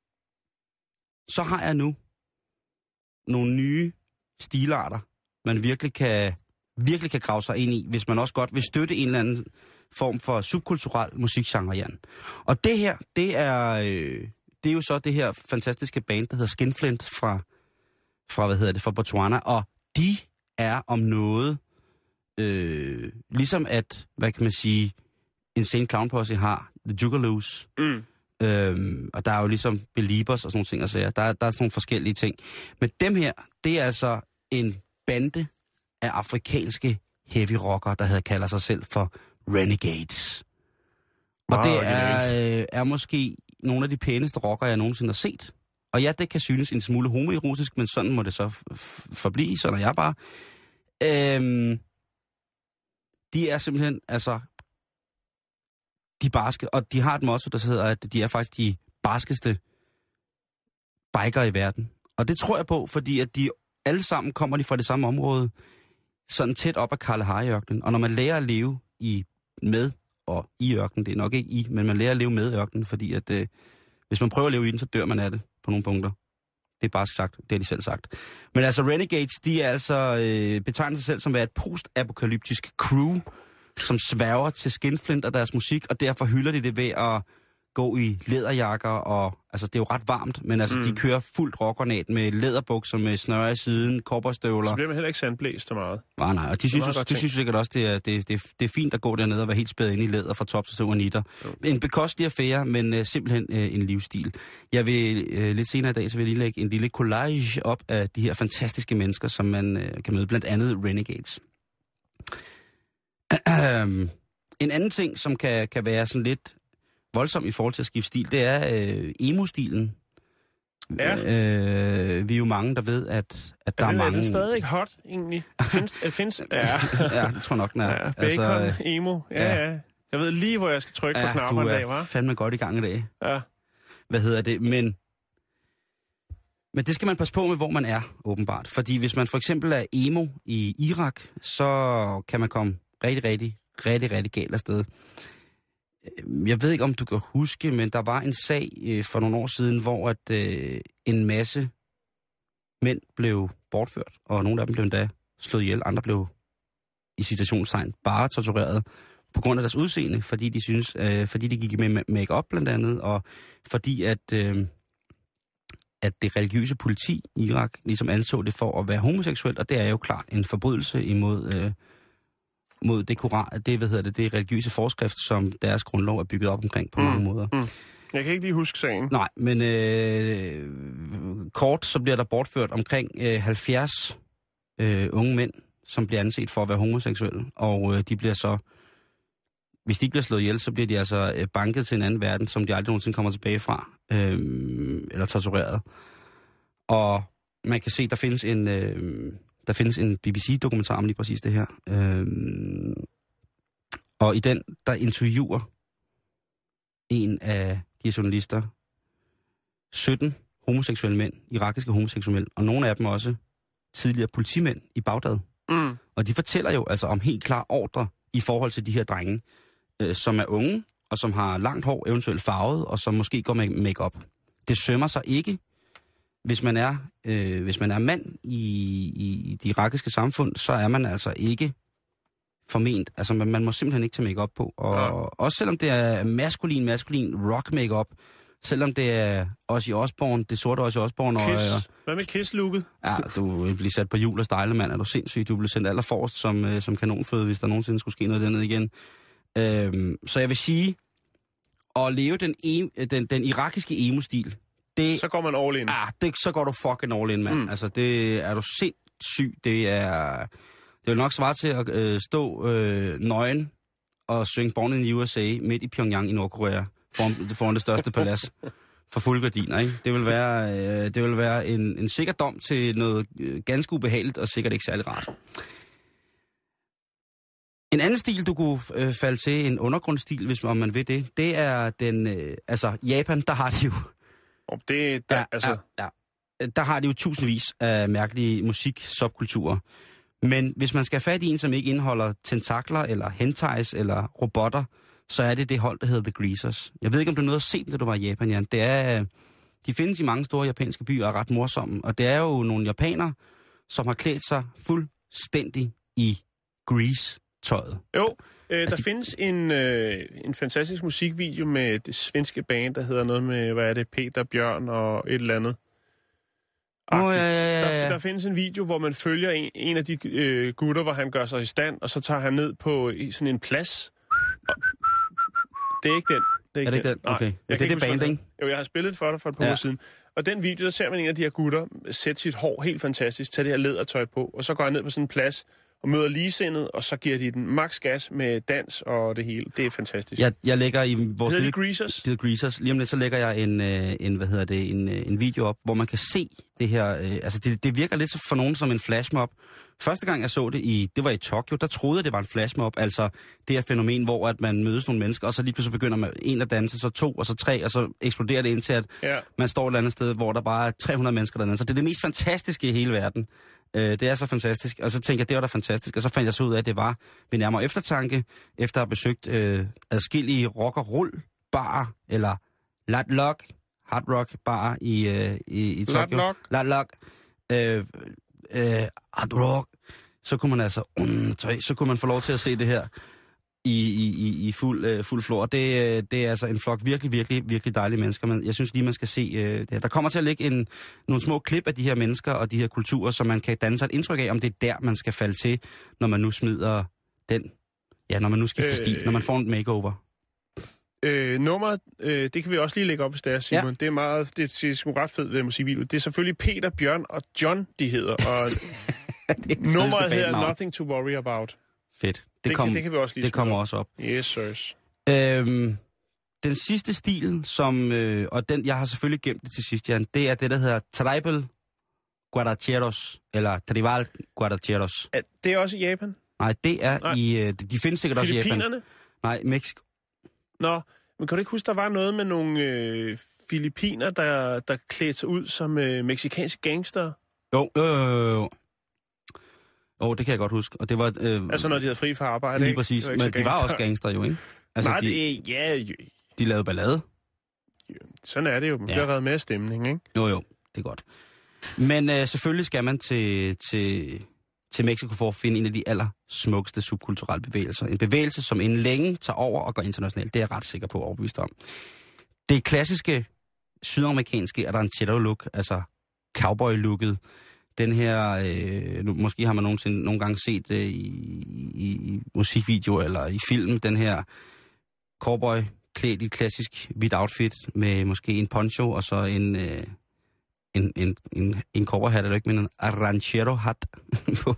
så har jeg nu nogle nye stilarter, man virkelig kan, virkelig kan grave sig ind i, hvis man også godt vil støtte en eller anden form for subkulturel musikgenre, Jan. Og det her, det er, øh, det er jo så det her fantastiske band, der hedder Skinflint fra, fra hvad hedder det, fra Botswana, og de er om noget, øh, ligesom at, hvad kan man sige, Insane Clown Posse har The Juggalos, Mm. øhm, og der er jo ligesom Beliebers og sådan nogle ting, altså, der, der er sådan nogle forskellige ting. Men dem her, det er altså en bande af afrikanske heavy rockere, der hedder kalder sig selv for Renegades. Og Wow, det er, øh, er måske nogle af de pæneste rockere, jeg nogensinde har set. Og ja, det kan synes en smule homoerotisk, men sådan må det så f- f- forblive, sådan er jeg bare. Øhm, de er simpelthen, altså, de barske, og de har et motto, der hedder, at de er faktisk de barskeste bikere i verden. Og det tror jeg på, fordi at de alle sammen kommer de fra det samme område, sådan tæt op ad Kalahari-ørkenen. Og når man lærer at leve i med og i ørkenen, det er nok ikke i, men man lærer at leve med ørkenen, fordi at øh, hvis man prøver at leve i den, så dør man af det på nogle punkter. Det er bare sagt, det har de selv sagt. Men altså Renegades, de er altså øh, betegner sig selv som at være et post-apokalyptisk crew, som sværger til Skinflint og deres musik, og derfor hylder de det ved at gå i læderjakker, og altså det er jo ret varmt, men altså mm. de kører fuldt rockernat med læderbukser med snøre i siden, kobberstøvler. Så bliver man heller ikke sandblæst så meget. Nej, nej, og de synes, meget de synes sikkert også, det er, det, det, det er fint at gå dernede og være helt spædet ind i læder fra top til suanitter. En bekostelig affære, men uh, simpelthen uh, en livsstil. Jeg vil uh, lidt senere i dag, så vil jeg lige lægge en lille collage op af de her fantastiske mennesker, som man uh, kan møde, blandt andet Renegades. En anden ting, som kan, kan være sådan lidt voldsom i forhold til at skifte stil, det er øh, emo-stilen. Ja. Øh, vi er jo mange, der ved, at, at der er er, den, mange... Er den stadig hot, egentlig? Findes, er, findes, ja. ja, det tror jeg nok, den er. Ja, bacon, altså, emo, ja, ja, ja. Jeg ved lige, hvor jeg skal trykke ja, på knappen en dag, hva'? du er fandme godt i gang i dag. Ja. Hvad hedder det? Men, men det skal man passe på med, hvor man er, åbenbart. Fordi hvis man for eksempel er emo i Irak, så kan man komme rigtig, rigtig, rigtig, rigtig galt afsted. Jeg ved ikke, om du kan huske, men der var en sag øh, for nogle år siden, hvor at, øh, en masse mænd blev bortført, og nogle af dem blev endda slået ihjel, andre blev i citationstegn bare tortureret på grund af deres udseende, fordi de synes, øh, fordi de gik med make-up blandt andet, og fordi at, øh, at det religiøse politi i Irak ligesom anså det for at være homoseksuelt, og det er jo klart en forbrydelse imod... Øh, mod det koran, det, hvad hedder det, det religiøse forskrift, som deres grundlov er bygget op omkring på mm. mange måder. Mm. Jeg kan ikke lige huske sagen. Nej, men øh, kort, så bliver der bortført omkring øh, halvfjerds øh, unge mænd, som bliver anset for at være homoseksuelle, og øh, de bliver så, hvis de ikke bliver slået ihjel, så bliver de altså øh, banket til en anden verden, som de aldrig nogensinde kommer tilbage fra, øh, eller tortureret. Og man kan se, der findes en... Øh, Der findes en B B C-dokumentar om lige præcis det her. Øhm, og i den, der interviewer en af de journalister sytten homoseksuelle mænd, irakiske homoseksuelle mænd, og nogle af dem også tidligere politimænd i Bagdad. Mm. Og de fortæller jo altså om helt klar ordre i forhold til de her drenge, øh, som er unge, og som har langt hår, eventuelt farvet, og som måske går med make-up. Det sømmer sig ikke. Hvis man er, øh, hvis man er mand i, i det irakiske samfund, så er man altså ikke forment. Altså man, man må simpelthen ikke tage make-up på. Og ja. Også selvom det er maskulin, maskulin rock make-up, selvom det er Ozzy Osbourne, det sorte Ozzy Osbourne. Kiss. Og, Hvad med Kiss-looket? Ja, du bliver sat på hjul og stejle, mand. Er du sindssyg? Du bliver sendt allerforrest som, som kanonføde, hvis der nogensinde skulle ske noget dernede igen. Øhm, så jeg vil sige, at leve den, e, den, den irakiske emo-stil, det, så går man all in. Ah, det, så går du fucking all in, mand. Mm. Altså, det er du sindssyg. Det er... Det vil nok svare til at øh, stå øh, nøgen og synge Born in the U S A midt i Pyongyang i Nordkorea, foran, foran det største palads for fulde gardiner, ikke? Det vil være, øh, det vil være en, en sikker dom til noget øh, ganske ubehageligt og sikkert ikke særlig rart. En anden stil, du kunne øh, falde til, en undergrundsstil, hvis man, man vil det, det er den, øh, altså Japan, der har de jo... Og det, der, ja, altså... Ja, ja. Der har de jo tusindvis af mærkelige musik-subkulturer. Men hvis man skal have fat i en, som ikke indeholder tentakler, eller hentais, eller robotter, så er det det hold, der hedder The Greasers. Jeg ved ikke, om du nåede at se dem, da du var i Japan, Jan. Det er, de findes i mange store japanske byer og er ret morsomme. Og det er jo nogle japanere, som har klædt sig fuldstændig i grease-tøjet. Jo, øh, altså, der de... findes en, øh, en fantastisk musikvideo med det svenske band, der hedder noget med, hvad er det, Peter Bjørn og et eller andet. Oh, ja, ja, ja, ja. Der, der findes en video, hvor man følger en, en af de øh, gutter, hvor han gør sig i stand, og så tager han ned på i sådan en plads. Og det er ikke den. Det er ikke, er det ikke den? den? Okay. Nej, det er det band, ikke? Jo, jeg har spillet for dig for et par ja. uger siden. Og den video, der ser man en af de her gutter sætte sit hår helt fantastisk, tage det her lædertøj på, og så går han ned på sådan en plads og møder ligesindet, og så giver de den max gas med dans og det hele. Det er fantastisk. Jeg, jeg lægger i vores... Hedder de Greasers? Det hedder Greasers. Lige om lidt, så lægger jeg en, en, hvad hedder det, en, en video op, hvor man kan se det her... Altså, det, det virker lidt for nogen som en flashmob. Første gang, jeg så det, i, det var i Tokyo, der troede jeg, det var en flashmob. Altså, det her fænomen, hvor at man mødes nogle mennesker, og så lige pludselig begynder man en at danse, så to, og så tre, og så eksploderer det indtil, at ja. man står et eller andet sted, hvor der bare er tre hundrede mennesker dernede. Så det er det mest fantastiske i hele verden. Det er så fantastisk, og så tænkte jeg, det var da fantastisk, og så fandt jeg så ud af, at det var ved nærmere eftertanke, efter at have besøgt øh, adskillige rock- og roll-barer, eller Lat Lock, hard rock bar i, øh, i, i Tokyo. Lat Lock. Lat Lock. Øh, øh, hard rock. Så kunne man altså, um, så kunne man få lov til at se det her i, i, i fuld, øh, fuld flor. Det, det er altså en flok virkelig, virkelig, virkelig dejlige mennesker. Men jeg synes lige, man skal se øh, det her. Der kommer til at ligge en, nogle små klip af de her mennesker og de her kulturer, så man kan danne sig et indtryk af, om det er der, man skal falde til, når man nu smider den, ja, når man nu skifter øh, stil, når man får en makeover. Øh, nummeret, øh, det kan vi også lige lægge op, hvis det er, Simon. Ja. Det er meget, det er sgu ret fedt ved musikvideo. Det er selvfølgelig Peter, Bjørn og John, de hedder. Og nummeret hedder Nothing to Worry About. Fedt. Det, det, kom, kan, det kan vi også lige Det kommer også op. Yes, sirs. Øhm, den sidste stil, som, øh, og den, jeg har selvfølgelig gemt det til sidst, Jan, det er det, der hedder Tribal Guaracheros, eller Tribal Guaracheros. Er det også i Japan? Nej, det er Nej. i, øh, de findes sikkert også i Japan. Filippinerne? Nej, Mexico. Nå, men kan du ikke huske, der var noget med nogle øh, filippiner, der, der klædte sig ud som øh, mexikanske gangster? Jo, øh, jo. Jo, det kan jeg godt huske. Og det var, øh, altså når de havde fri fra arbejde, lige ikke? præcis, men de var også gangster jo, ikke? Altså, Nej, de, det, ja, jo. De lavede ballade. Jo, sådan er det jo. Man bliver ja. reddet med stemning, ikke? Jo, jo, det er godt. Men øh, selvfølgelig skal man til, til, til Mexico for at finde en af de allersmukkeste subkulturelle bevægelser. En bevægelse, som inden længe tager over og går internationalt. Det er jeg ret sikker på og overbevist om. Det klassiske sydamerikanske ranchero-look, altså cowboy-looket, den her, øh, måske har man nogensinde, nogle gange set øh, i, i, i musikvideo eller i film, den her cowboy klædt i klassisk hvidt outfit med måske en poncho og så en, øh, en, en, en, en cowboyhat, eller ikke, men en ranchero-hat på.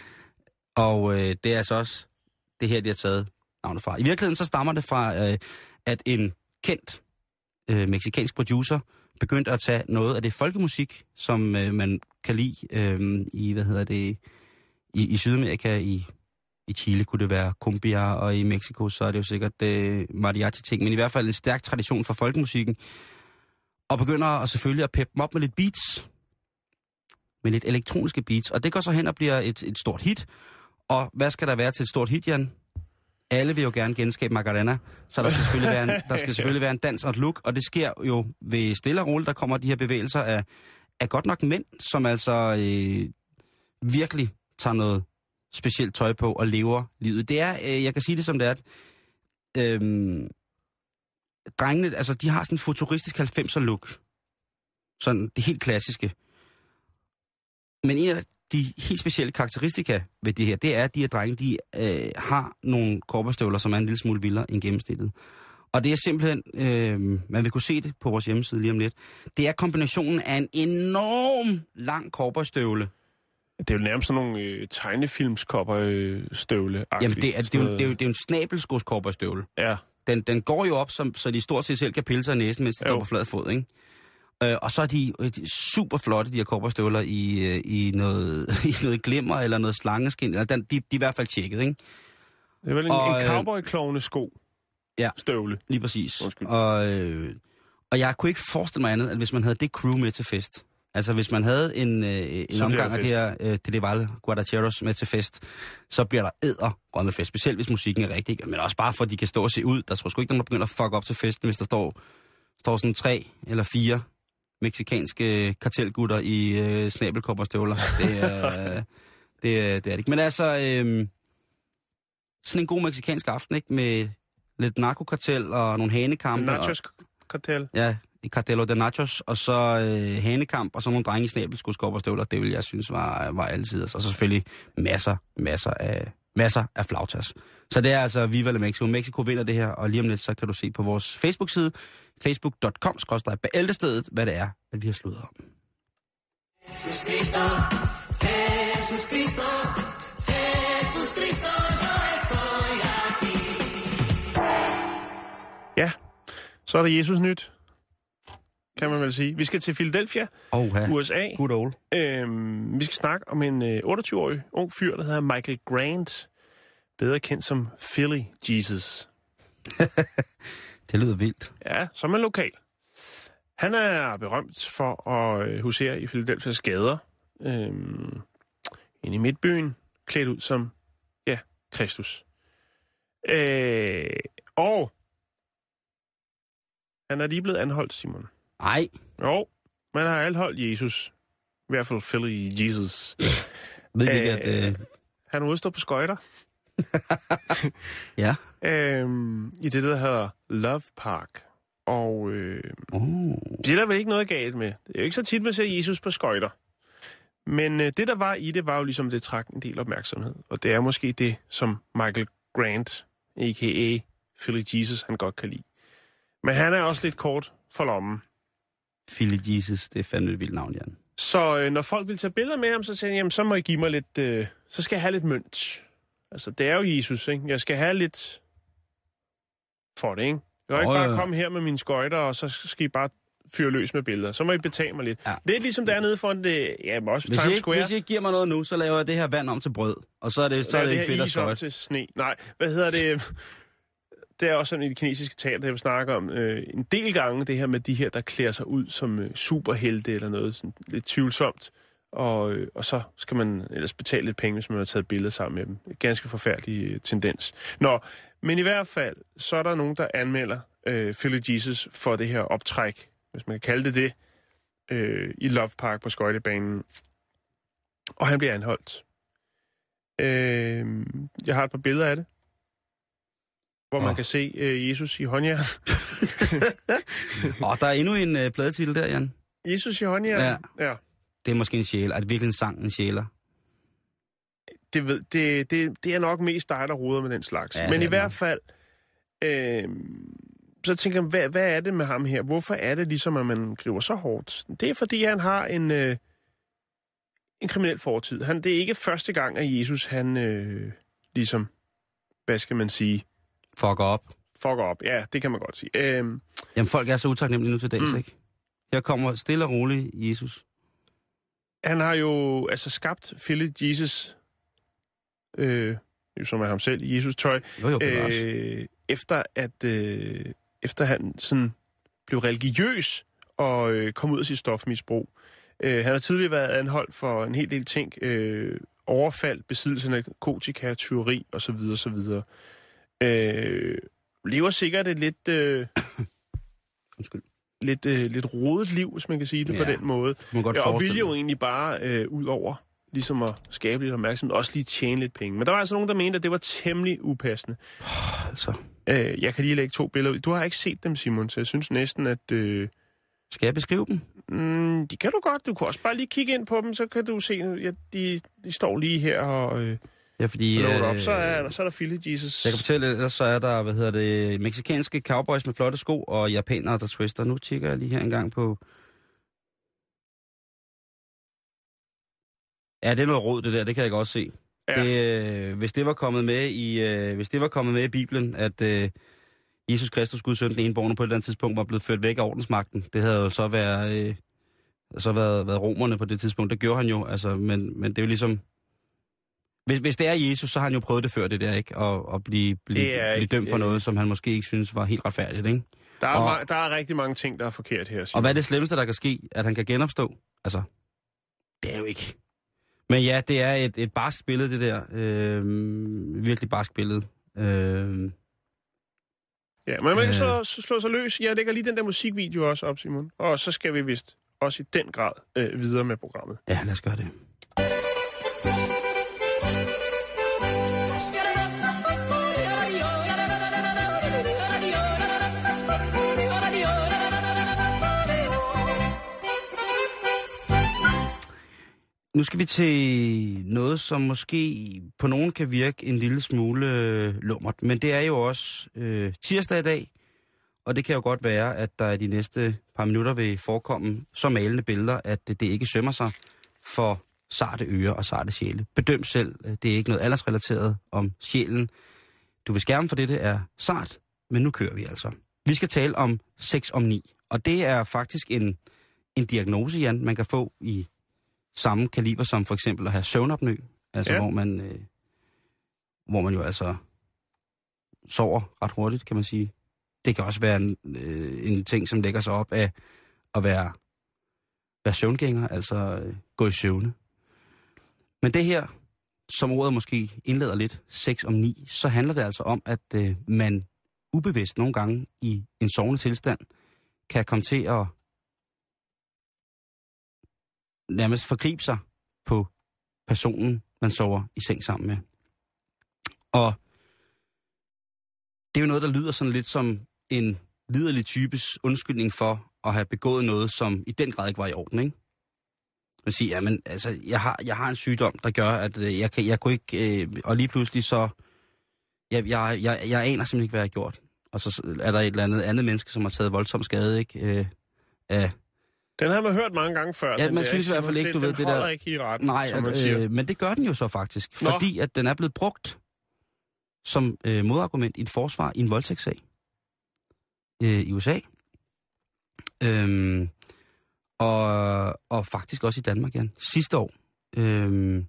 Og øh, det er altså også det her, de har taget navnet fra. I virkeligheden så stammer det fra, øh, at en kendt øh, mexikansk producer begyndte at tage noget af det folkemusik, som øh, man kan lide øh, i, hvad hedder det, i, i Sydamerika, i, i Chile kunne det være cumbia, og i Mexico, så er det jo sikkert øh, mariachi-ting, men i hvert fald en stærk tradition for folkemusikken, og begynder at selvfølgelig at peppe dem op med lidt beats, med lidt elektroniske beats, og det går så hen og bliver et, et stort hit, og hvad skal der være til et stort hit, Jan? Alle vil jo gerne genskabe Macarena, så der skal selvfølgelig være en, der skal selvfølgelig være en dans og et look, og det sker jo ved stille og roligt, der kommer de her bevægelser af, af godt nok mænd, som altså øh, virkelig tager noget specielt tøj på og lever livet. Det er, øh, jeg kan sige det som det er, at øh, drengene, altså de har sådan en futuristisk halvfemser look, sådan det helt klassiske. Men en af de helt specielle karakteristika ved det her, det er, at de her drenge, de øh, har nogle korperstøvler, som er en lille smule vildere end gennemsnittet. Og det er simpelthen, øh, man vil kunne se det på vores hjemmeside lige om lidt, det er kombinationen af en enorm lang korperstøvle Det er jo nærmest sådan nogle øh, tegnefilmskopperstøvle. Jamen, det er, det, er jo, det, er jo, det er jo en snabelskoskorperstøvle. Ja. Den, den går jo op, som, så de stort set selv kan pille sig i næsen, mens de står på flad fod, ikke? Øh, og så er de, de super flotte, de her kopperstøvler, i, i, noget, i noget glimmer eller noget slangeskin. Eller den, de, de er i hvert fald tjekket, ikke? Det er vel en, og, en cowboy-klovne sko. Ja, støvle. Lige præcis. Og, øh, og jeg kunne ikke forestille mig andet, at hvis man havde det crew med til fest, altså hvis man havde en, øh, en omgang af det her øh, Televal Guadacheros med til fest, så bliver der æder rømme fest, specielt hvis musikken er rigtig, men også bare for, at de kan stå og se ud. Der tror sgu ikke, nogen der begynder at fuck op til festen, hvis der står, står sådan tre eller fire meksikanske kartelgutter i øh, snabelkopperstøvler. Det er, det, det er det ikke. Men altså, øh, sådan en god meksikansk aften, ikke? Med lidt narkokartel og nogle hanekampe. Nachos-kartel. Ja, i Cartelo de Nachos, og så øh, hanekamp, og så nogle drenge i snabelskoskorperstøvler. Det vil jeg synes var, var altid. Og så selvfølgelig masser, masser af, masser af flautas. Så det er altså Viva la Mexico. Mexico vinder det her, og lige om lidt, så kan du se på vores Facebook-side, facebook punktum com skråstreg bæltestedet, hvad det er, at vi har slået om. Jesus Cristo, Jesus Cristo, Jesus Cristo, yo estoy aquí. Ja, så er der Jesus nyt, kan man vel sige. Vi skal til Philadelphia, Oha. U S A. Good old. Øhm, vi skal snakke om en øh, otteogtyve-årig ung fyr, der hedder Michael Grant, bedre kendt som Philly Jesus. Det lyder vildt. Ja, som en lokal. Han er berømt for at øh, husere i Philadelphias gader, øhm, inde i midtbyen, klædt ud som, ja, Kristus. Øh, og han er lige blevet anholdt, Simon. Nej. Jo, man har anholdt Jesus. I hvert fald Philly Jesus. Ved ikke, at... Øh... Han er udstået på skøjter. Ja. Øhm, I det, der hedder Love Park. Og øh, oh. det er der vel ikke noget galt med. Det er jo ikke så tit, man ser Jesus på skøjter. Men øh, det, der var i det, var jo ligesom, det trak en del opmærksomhed. Og det er måske det, som Michael Grant, a k a. Philly Jesus, han godt kan lide. Men han er også lidt kort for lommen. Philly Jesus, det er fandme et vildt navn, Jan. Så øh, når folk vil tage billeder med ham, så siger jeg, jamen, så må I give mig lidt, øh, så skal jeg have lidt mønt. Altså, det er jo Jesus, ikke? Jeg skal have lidt for det, ikke? Jeg kan oh, ikke bare komme her med mine skøjter, og så skal I bare fyre løs med billeder. Så må I betale mig lidt. Ja. Det er ligesom dernede foran det, ja, også hvis Times I, Square. Hvis I ikke giver mig noget nu, så laver jeg det her vand om til brød. Og så er det, så er det, det ikke fedt at skøjte. Til sne. Nej, hvad hedder det? Det er også sådan i det kinesiske teater, der vi snakker om øh, en del gange, det her med de her, der klæder sig ud som øh, superhelte eller noget sådan lidt tvivlsomt. Og, øh, og så skal man ellers betale lidt penge, hvis man har taget billeder sammen med dem. Ganske forfærdelig øh, tendens. Nå, men i hvert fald, så er der nogen, der anmelder øh, Philly Jesus for det her optræk, hvis man kan kalde det det, øh, i Love Park på skøjtebanen. Og han bliver anholdt. Øh, jeg har et par billeder af det, hvor oh. man kan se øh, Jesus i håndjern. Åh, oh, der er endnu en øh, pladetitel der, Jan. Jesus i håndjern? Ja. Ja. Det er måske en sjæl. Er det virkelig en sang, en sjæler? Det, ved, det, det, det er nok mest dig, der roder med den slags. Ja, men i hvert fald, øh, så tænker jeg, hvad, hvad er det med ham her? Hvorfor er det ligesom, at man griber så hårdt? Det er, fordi han har en, øh, en kriminel fortid. Han, det er ikke første gang, at Jesus, han øh, ligesom, hvad skal man sige? Fucker op. Fucker op, ja, det kan man godt sige. Øh, Jamen, folk er så utaknemmelige nu til dags, mm. ikke? Her kommer stille og roligt Jesus. Han har jo altså skabt Philly Jesus, øh, som er ham selv i Jesus-tøj, jo, jo, øh, efter at øh, efter han sådan blev religiøs og øh, kom ud af sit stofmisbrug. Øh, han har tidligere været anholdt for en hel del ting, øh, overfald, besiddelse af narkotika, tyveri osv. osv. Øh, lever sikkert et lidt øh, Undskyld. lidt, øh, lidt rodet liv, hvis man kan sige det ja, på den måde. Ja, og ville jo egentlig bare øh, ud over ligesom at skabe lidt opmærksomhed, også lige tjene lidt penge. Men der var altså nogen, der mente, at det var temmelig upassende. Oh, altså. øh, jeg kan lige lægge to billeder. Du har ikke set dem, Simon, så jeg synes næsten, at... Øh, Skal jeg beskrive dem? Mm, de kan du godt. Du kan også bare lige kigge ind på dem, så kan du se, ja, de, de står lige her og... Øh, Ja, fordi... Øh, op, så, er, så er der Philly Jesus. Jeg kan fortælle, ellers så er der, hvad hedder det, meksikanske cowboys med flotte sko, og japanere, der twister. Nu tjekker jeg lige her en gang på... Ja, det er noget råd, det der. Det kan jeg godt se. Ja. Det, øh, hvis det var kommet med i, øh, hvis det var kommet med i Bibelen, at øh, Jesus Kristus, Guds søn, den enebårne, på et eller andet tidspunkt var blevet ført væk af ordensmagten, det havde jo så været, øh, så været, været romerne på det tidspunkt. Det gjorde han jo, altså, men, men det er jo ligesom... Hvis, hvis det er Jesus, så har han jo prøvet det før, det der, ikke? Og, og blive, blive, blive dømt for noget, som han måske ikke synes var helt retfærdigt, ikke? Der er, og, ma- der er rigtig mange ting, der er forkert her. Og hvad er det slemmeste, der kan ske? At han kan genopstå? Altså, det er jo ikke... Men ja, det er et, et barsk billede, det der. Øh, virkelig barsk billede. Øh, ja, men man kan øh, så, så slå sig løs. Jeg lægger lige den der musikvideo også op, Simon. Og så skal vi vist også i den grad øh, videre med programmet. Ja, lad os gøre det. Nu skal vi til noget, som måske på nogen kan virke en lille smule lummert, men det er jo også øh, tirsdag i dag, og det kan jo godt være, at der i de næste par minutter vil forekomme så malende billeder, at det ikke sømmer sig for sarte ører og sarte sjæle. Bedøm selv, det er ikke noget aldersrelateret om sjælen. Du vil skærme for det, det er sart, men nu kører vi altså. Vi skal tale om seks om ni, og det er faktisk en, en diagnose, Jan, man kan få i samme kaliber som for eksempel at have søvnapnø, altså ja. hvor man øh, hvor man jo altså sover ret hurtigt, kan man sige. Det kan også være en, øh, en ting, som lægger sig op af at være, være søvngænger, altså øh, gå i søvne. Men det her, som ordet måske indleder lidt, seks om ni, så handler det altså om, at øh, man ubevidst nogle gange i en sovende tilstand kan komme til at nærmest forgribe sig på personen, man sover i seng sammen med. Og det er jo noget, der lyder sådan lidt som en liderlig types undskyldning for at have begået noget, som i den grad ikke var i orden, ikke? Man siger, jamen, altså, jeg har, jeg har en sygdom, der gør, at øh, jeg, kan, jeg kunne ikke... Øh, og lige pludselig så... Jeg, jeg, jeg, jeg aner simpelthen ikke, hvad jeg har gjort. Og så er der et eller andet andet menneske, som har taget voldsom skade, ikke? Øh, af... Den har man hørt mange gange før. Ja, man synes i hvert fald ikke, du ved det der... Den holder ikke i retten, Nej, som man at, siger. Øh, men det gør den jo så faktisk. Nå. Fordi at den er blevet brugt som øh, modargument i et forsvar i en voldtægtssag øh, i U S A. Øhm, og, og faktisk også i Danmark, Jan. Sidste år, øhm,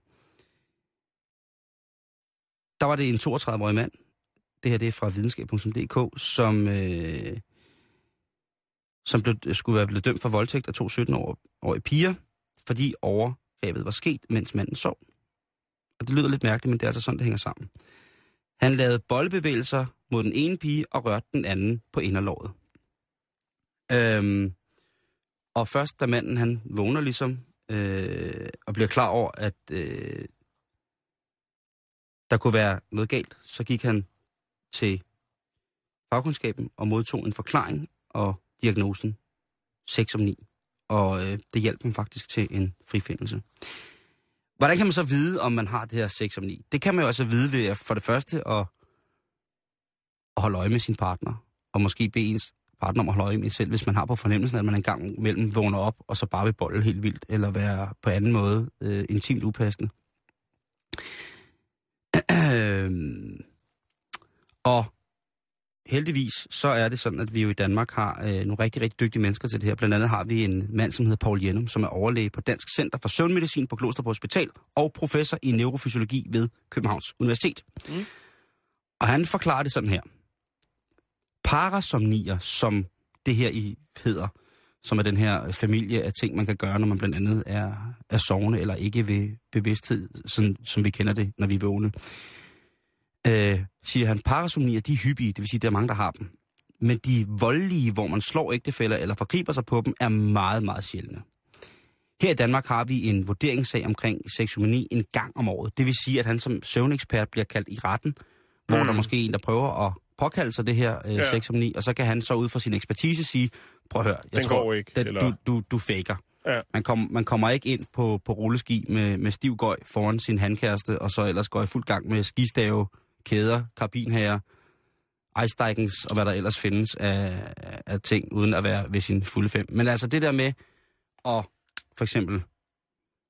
der var det en toogtredive-årig mand, det her det er fra videnskab punktum d k, som, øh, som blev, skulle være blevet dømt for voldtægt af to sytten-årige piger, fordi overgrebet var sket, mens manden sov. Og det lyder lidt mærkeligt, men det er altså sådan, det hænger sammen. Han lavede bollebevægelser mod den ene pige og rørte den anden på inderlåret. Øhm, og først da manden han vågner ligesom øh, og bliver klar over, at øh, der kunne være noget galt, så gik han til fagkundskaben og modtog en forklaring og diagnosen seks om ni. Og øh, det hjalp ham faktisk til en frifindelse. Hvordan kan man så vide, om man har det her seks om ni? Det kan man jo altså vide ved for det første at, at holde øje med sin partner, og måske bede ens partner om at holde øje med sig selv, hvis man har på fornemmelsen, at man engang mellem vågner op, og så bare vil bolle helt vildt, eller være på anden måde øh, intimt upassende. Og heldigvis, så er det sådan, at vi jo i Danmark har øh, nogle rigtig, rigtig dygtige mennesker til det her. Blandt andet har vi en mand, som hedder Paul Jennum, som er overlæge på Dansk Center for Søvnmedicin på Glostrup Hospital, og professor i neurofysiologi ved Københavns Universitet. Mm. Og han forklarer det sådan her. Parasomnier, som det her i hedder, som er den her familie af ting, man kan gøre, når man blandt andet er, er sovende eller ikke ved bevidsthed, sådan, som vi kender det, når vi er vågne. Øh, siger han, parasomnier, de er hyppige, det vil sige, der er mange, der har dem. Men de voldelige, hvor man slår ægtefæller eller forgriber sig på dem, er meget, meget sjældne. Her i Danmark har vi en vurderingssag omkring seksomani en gang om året. Det vil sige, at han som søvnekspert bliver kaldt i retten, mm. hvor der måske er en, der prøver at påkalde sig det her øh, ja. seksomani, og så kan han så ud fra sin ekspertise sige, prøv at høre, jeg Den tror, går ikke, det, eller... du, du, du faker. Ja. Man, kom, man kommer ikke ind på, på rulleski med, med stiv gøj foran sin handkæreste, og så ellers går i fuld gang med skistave, kæder, karabinhager, ice og hvad der ellers findes af, af ting, uden at være ved sin fulde fem. Men altså det der med at for eksempel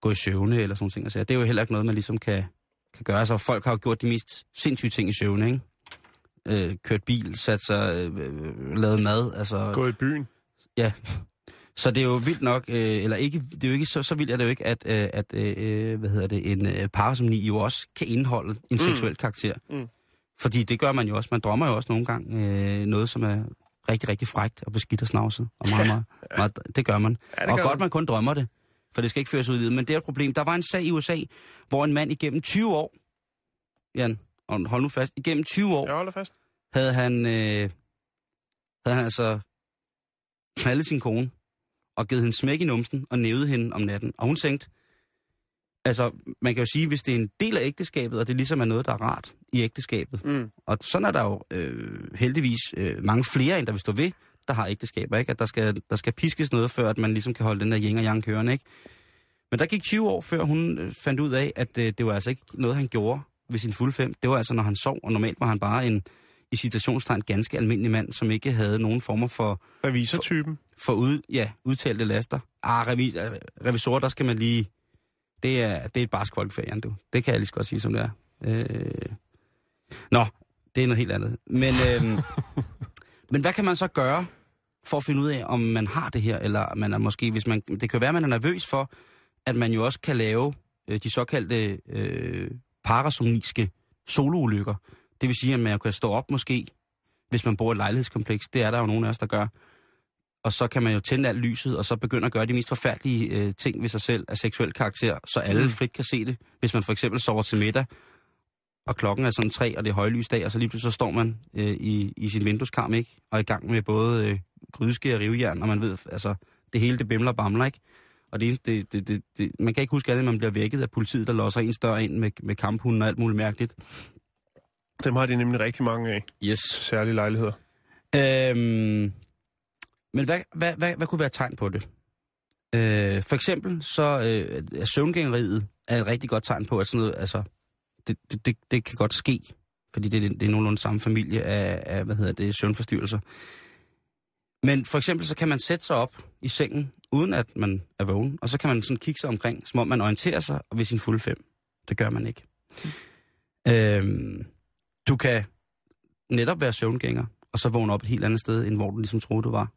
gå i søvne eller sådan nogle ting. Altså, det er jo heller ikke noget, man ligesom kan, kan gøre. Altså, folk har jo gjort de mest sindssyge ting i søvne, ikke? Øh, kørt bil, sat sig, øh, lavet mad. Altså, gå i byen. Ja. Så det er jo vildt nok, øh, eller ikke, det er jo ikke så, så vildt er det jo ikke, at, øh, at øh, hvad hedder det, en øh, parasomni jo også kan indeholde en mm. seksuel karakter. Mm. Fordi det gør man jo også. Man drømmer jo også nogle gange øh, noget, som er rigtig, rigtig frækt og beskidt og snavset. Og meget, meget, ja. meget, det gør man. Ja, det og godt, man. man kun drømmer det, for det skal ikke føres ud i livet. Men det er et problem. Der var en sag i U S A, hvor en mand igennem tyve år, Jan, og hold nu fast, igennem tyve år, jeg holder fast, havde han, øh, havde han altså knaldet sin kone, og givet hende smæk i numsen og nævede hende om natten. Og hun tænkte, altså, man kan jo sige, hvis det er en del af ægteskabet, og det ligesom er noget, der er rart i ægteskabet. Mm. Og sådan er der jo øh, heldigvis øh, mange flere, end der vil stå ved, der har ægteskaber, ikke? At der skal, der skal piskes noget, før at man ligesom kan holde den der yin og yang kørende, ikke? Men der gik tyve år, før hun øh, fandt ud af, at øh, det var altså ikke noget, han gjorde ved sin fulde fem. Det var altså, når han sov, og normalt var han bare en, i citationstegn, ganske almindelig mand, som ikke havde nogen former for... Revisortypen? For, for ud, ja, udtalte laster. Ah, revis, revisor, der skal man lige... Det er, det er et barsk folkefærd, Jan, du. Det kan jeg lige så godt sige, som det er. Øh... Nå, det er noget helt andet. Men, øh... men hvad kan man så gøre for at finde ud af, om man har det her, eller man er måske, hvis man... Det kan være, at man er nervøs for, at man jo også kan lave øh, de såkaldte øh, parasomniske soloulykker. Det vil sige, at man kan stå op måske, hvis man bor i et lejlighedskompleks. Det er der jo nogen af os, der gør. Og så kan man jo tænde alt lyset, og så begynde at gøre de mest forfærdelige øh, ting ved sig selv af seksuel karakter, så alle mm. frit kan se det. Hvis man for eksempel sover til middag, og klokken er sådan tre, og det er højlys dag, og så lige pludselig så står man øh, i, i sin vindueskarm, ikke? Og er i gang med både øh, grydeske og rivejern, og man ved, altså, det hele det bimler og bamler, ikke? Og det, det, det, det, det, man kan ikke huske andet, at man bliver vækket af politiet, der låser en større ind med, med kamphunden og alt muligt mærkeligt. Dem har de nemlig rigtig mange af. Yes. Særlige lejligheder. Øhm, men hvad, hvad, hvad, hvad kunne være tegn på det? Øh, for eksempel så øh, er søvngængeriet er et rigtig godt tegn på, at sådan noget, altså, det, det, det, det kan godt ske, fordi det, det er nogenlunde samme familie af, af hvad hedder det, søvnforstyrrelser. Men for eksempel så kan man sætte sig op i sengen, uden at man er vågen, og så kan man sådan kigge sig omkring, som om man orienterer sig ved sin fulde fem. Det gør man ikke. Mm. Øhm, du kan netop være søvngænger, og så vågne op et helt andet sted, end hvor du ligesom troede, du var.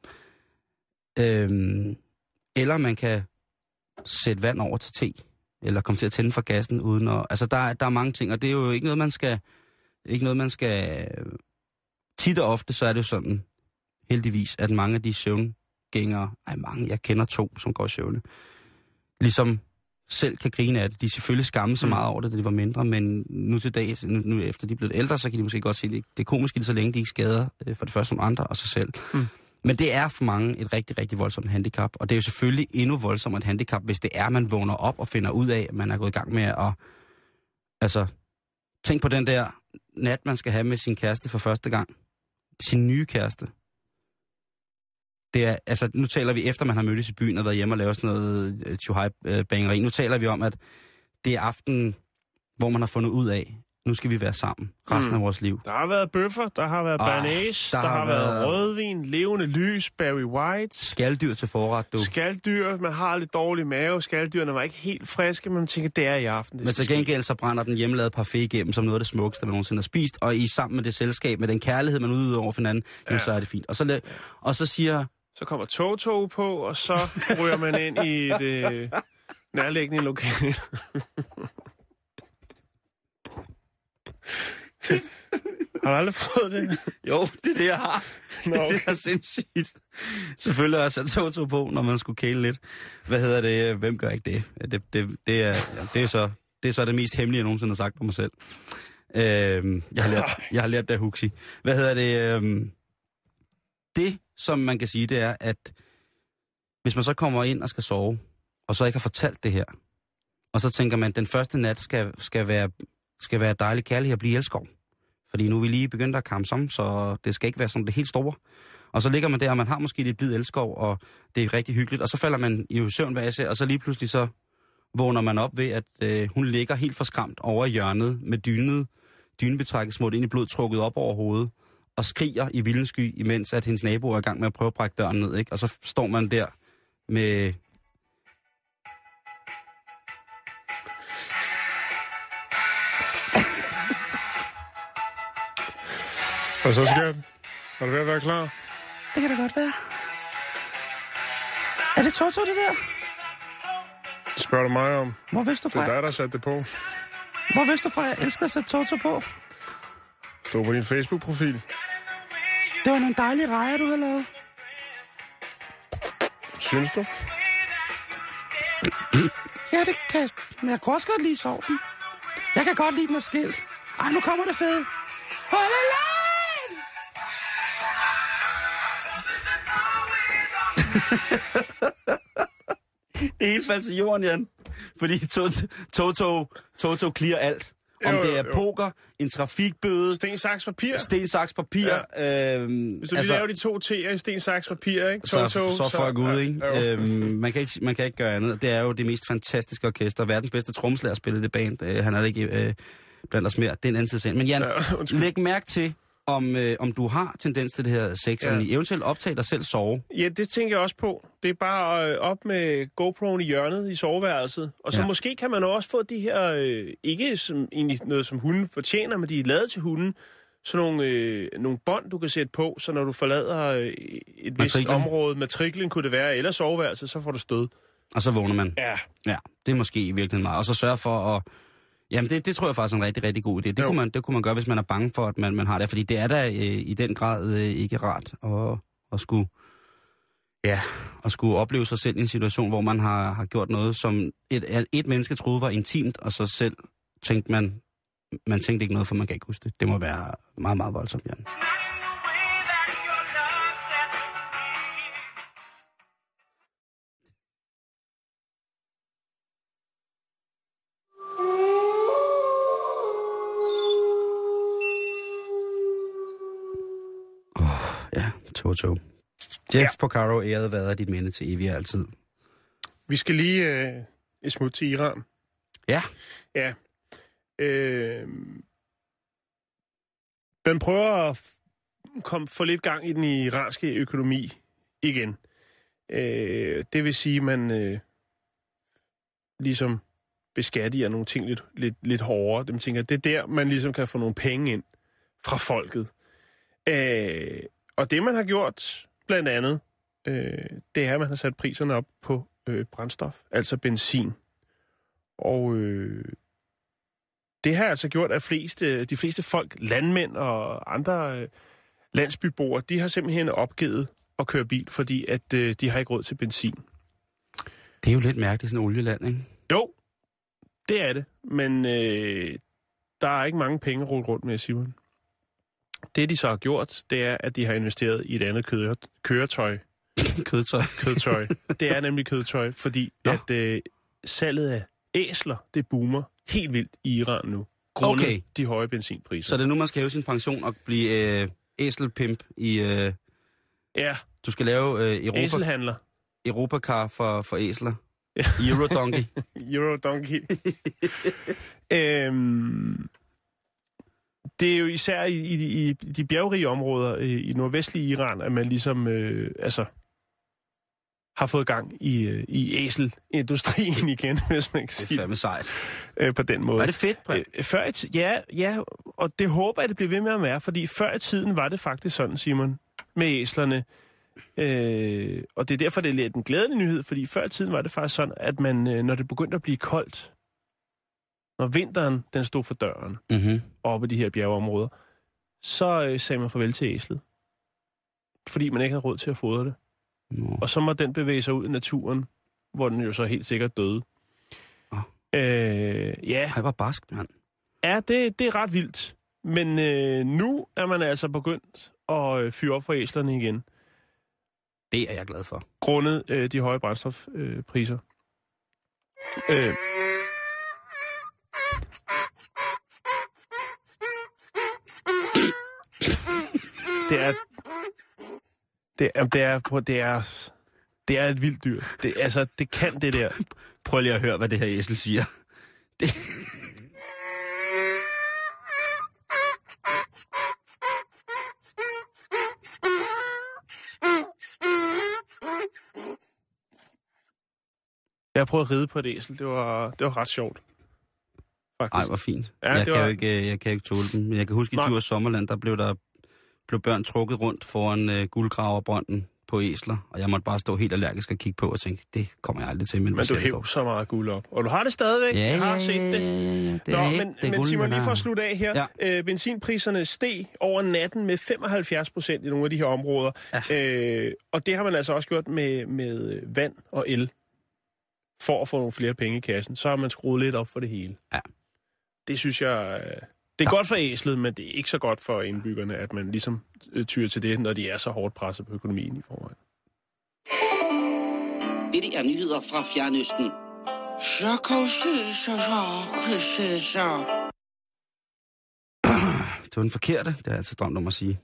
Øhm, eller man kan sætte vand over til te, eller komme til at tænde for gassen uden at... Altså, der, der er mange ting, og det er jo ikke noget, man skal... Ikke noget, man skal... Tit og ofte, så er det jo sådan, heldigvis, at mange af de søvngængere... Ej, mange, jeg kender to, som går i søvne. Ligesom selv kan grine af det. De selvfølgelig skamme så meget over det, da de var mindre, men nu til dag, nu, nu efter de er blevet ældre, så kan de måske godt sige, det, det er komisk, så længe de ikke skader øh, for det første som andre og sig selv. Mm. Men det er for mange et rigtig, rigtig voldsomt handicap, og det er jo selvfølgelig endnu voldsommere et handicap, hvis det er, at man vågner op og finder ud af, at man er gået i gang med at... Altså, tænk på den der nat, man skal have med sin kæreste for første gang. Sin nye kæreste. Det er, altså, nu taler vi efter, man har mødtes i byen og været hjemme og lavet sådan noget tjuhaj-bangeri. Nu taler vi om, at det er aften, hvor man har fundet ud af, nu skal vi være sammen resten mm. af vores liv. Der har været bøffer, der har været banage, der, der har, har været, været rødvin, levende lys, Barry White. Skaldyr til forret, du. Skaldyr, man har lidt dårlig mave. Skaldyrene var ikke helt friske, men man tænker, det er i aften. Men til gengæld så brænder den hjemmelavede parfait igennem som noget af det smukkeste, man nogensinde har spist. Og i sammen med det selskab, med den kærlighed, man udøver over for hinanden, ja. Jamen, så er det fint. Og så, og så siger... Så kommer tog-tog på, og så ryger man ind i det nærliggende lokale. Har du aldrig prøvet det? Jo, det er det, jeg har. Nå, okay. Det er sindssygt. Selvfølgelig har jeg sat tog-tog på, når man skulle kæle lidt. Hvad hedder det? Hvem gør ikke det? Det, det, det, er, det, er, så, det er så det mest hemmelige, jeg nogensinde har sagt på mig selv. Øhm, jeg, har lært, jeg har lært det af Huxi. Hvad hedder det? Øhm, det, som man kan sige, det er, at hvis man så kommer ind og skal sove, og så ikke har fortalt det her, og så tænker man, at den første nat skal, skal være... skal være dejlig kærlighed at blive elskov. Fordi nu er vi lige begyndt at kampe sammen, så det skal ikke være sådan det helt store. Og så ligger man der, og man har måske lidt blid elskov, og det er rigtig hyggeligt. Og så falder man i søvn hver især, og så lige pludselig så vågner man op ved, at øh, hun ligger helt forskræmt over hjørnet med dynet, dynebetrækket smurt ind i blod, trukket op over hovedet, og skriger i vildens sky, imens at hendes nabo er i gang med at prøve at brække døren ned. Ikke? Og så står man der med... Og så skat, er du ved at være klar? Det kan da godt være. Er det Toto, det der? Det spørger du mig om. Hvor vidste du fra? Det er dig, der satte det på. Hvor vidste du fra, jeg elsker at sætte Toto på? Stod på din Facebook-profil. Det var nogle dejlige rejer, du har lavet. Synes du? Ja, det kan jeg. Men jeg kunne også godt lide sovsen. Jeg kan godt lide den af skilt. Ej, nu kommer det fede. Hold det line! Det er helt faldt til jorden, Jan. Fordi Toto, Toto, Toto clear alt. Om jo, det er jo. poker, en trafikbøde... Sten, saks, papir. Sten, saks, papir. Ja. Øhm, Hvis du lige altså, laver de to T'er i sten, saks, papir, ikke? så, Toto, så, så får jeg ud, ikke? Ja, Øhm, man, kan ikke, man kan ikke gøre andet. Det er jo det mest fantastiske orkester. Verdens bedste trommeslager spillede det band. Øh, han er ikke øh, blandt os mere. Det er en anden tidssend. Men Jan, ja, læg mærke til, om, øh, om du har tendens til det her sex, ja. I eventuelt optage dig selv sove. Ja, det tænker jeg også på. Det er bare øh, op med GoPro'en i hjørnet i soveværelset. Og så Ja. måske kan man også få de her, øh, ikke som, egentlig noget, som hunden fortjener, men de er lavet til hunden. Sådan nogle, øh, nogle bånd, du kan sætte på, så når du forlader øh, et vist Matriklen. område, matriklen kunne det være, eller soveværelset, så får du stød. Og så vågner man. Ja. Ja, det er måske i virkeligheden meget. Og så sørge for at... Jamen, det, det tror jeg faktisk er en rigtig, rigtig god idé. Det kunne, man, det kunne man gøre, hvis man er bange for, at man, man har det. Fordi det er da øh, i den grad øh, ikke rart at, at, skulle, ja, at skulle opleve sig selv i en situation, hvor man har, har gjort noget, som et, et menneske troede var intimt, og så selv tænkte man... Man tænkte ikke noget, for man kan ikke huske det. Det må være meget, meget voldsomt, Jan. Ja, Toto. Jeff ja. Porcaro, æret været dit minde til evig altid. Vi skal lige øh, et smut til Iran. Ja. Ja. Øh, man prøver at f- komme for lidt gang i den iranske økonomi igen. Øh, det vil sige, at man øh, ligesom beskattiger nogle ting lidt, lidt, lidt hårdere. Dem tænker, det er der, man ligesom kan få nogle penge ind fra folket. Øh, og det, man har gjort, blandt andet, øh, det er, at man har sat priserne op på øh, brændstof, altså benzin. Og øh, det har altså gjort, at fleste, de fleste folk, landmænd og andre øh, landsbyboere, de har simpelthen opgivet at køre bil, fordi at øh, de har ikke råd til benzin. Det er jo lidt mærkeligt, sådan en olieland, ikke? Jo, det er det, men øh, der er ikke mange penge rullet rundt med, Simon. Det, de så har gjort, det er, at de har investeret i et andet kø- køretøj. Kødtøj. Kødtøj. Det er nemlig kødtøj, fordi Nå. at øh, salget af æsler, det boomer helt vildt i Iran nu. Grundet Okay. de høje benzinpriser. Så det er nu, man skal hæve sin pension og blive øh, æselpimp i... Øh, Ja, du skal lave øh, Europa, æselhandler. Europakar for, for æsler. Eurodonkey. Eurodonkey. øhm, det er jo især i, i, i de bjergrige områder i, i nordvestlige Iran, at man ligesom øh, altså, har fået gang i, øh, i æselindustrien igen, hvis man kan Det er sige fandme sejt. øh, på den måde. Var det fedt, Brian? Øh, før i t- ja, ja, og det håber jeg, det bliver ved med at være, fordi før i tiden var det faktisk sådan, Simon, med æslerne. Øh, og det er derfor, det er lidt en glædelig nyhed, fordi før i tiden var det faktisk sådan, at man, øh, når det begyndte at blive koldt, når vinteren den stod for døren, Mm-hmm. oppe i de her bjergeområder, så øh, sagde man farvel til æslet. Fordi man ikke havde råd til at fodre det. Nå. Og så må den bevæge sig ud i naturen, hvor den jo så helt sikkert døde. Oh. Øh, ja, Ej, hvor barsk, mand. ja det, det er ret vildt. Men øh, nu er man altså begyndt at øh, fyre op for æslerne igen. Det er jeg glad for. Grundet øh, de høje brændstofpriser. Øh, priser. øh. Det er... Det er, det er, prøv, det er, det er et vildt dyr. Det, altså, det kan det der. Prøv lige at høre, hvad det her æsel siger. Det... Jeg har prøvet at ride på et æsel. Det var, det var ret sjovt. Faktisk. Ej, hvor fint. Ja, jeg, det kan var- jo ikke, øh, jeg kan jo ikke tåle dem. Men jeg kan huske, i Nej. Djurs Sommerland, der blev der blev børn trukket rundt foran øh, guldgraverbrønden på æsler, og jeg måtte bare stå helt allergisk og kigge på og tænke, det kommer jeg aldrig til. Men, men du hæv så meget guld op, og du har det stadigvæk. Ja, jeg har ja, set det. Ja, ja, ja. det Nå, er men, det men Simon, lige for at slutte af her. Ja. Øh, benzinpriserne steg over natten med femoghalvfjerds procent i nogle af de her områder. Ja. Øh, og det har man altså også gjort med, med vand og el. For at få nogle flere penge i kassen. Så har man skruet lidt op for det hele. Ja. Det synes jeg... Øh, det er ja. godt for æslet, men det er ikke så godt for indbyggerne, at man ligesom tyrer til det, når de er så hårdt presset på økonomien i forvejen. Dette er nyheder fra Fjernøsten. Det var den forkerte, det har jeg altid drømt om at sige.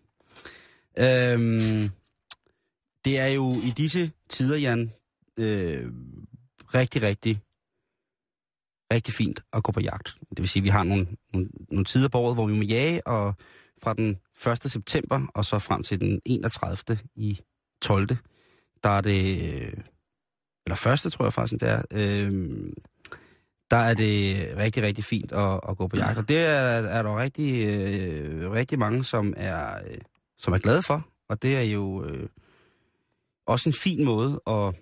Øhm, det er jo i disse tider, Jan, øh, rigtig, rigtig, rigtig fint at gå på jagt. Det vil sige, at vi har nogle, nogle, nogle tider på året, hvor vi må jage, og fra den første september og så frem til den enogtredivte i tolvte, der er det, eller første tror jeg faktisk, det er, øh, der er det rigtig, rigtig fint at, at gå på jagt. Og det er, er der rigtig, øh, rigtig mange, som er, øh, som er glade for, og det er jo øh, også en fin måde at,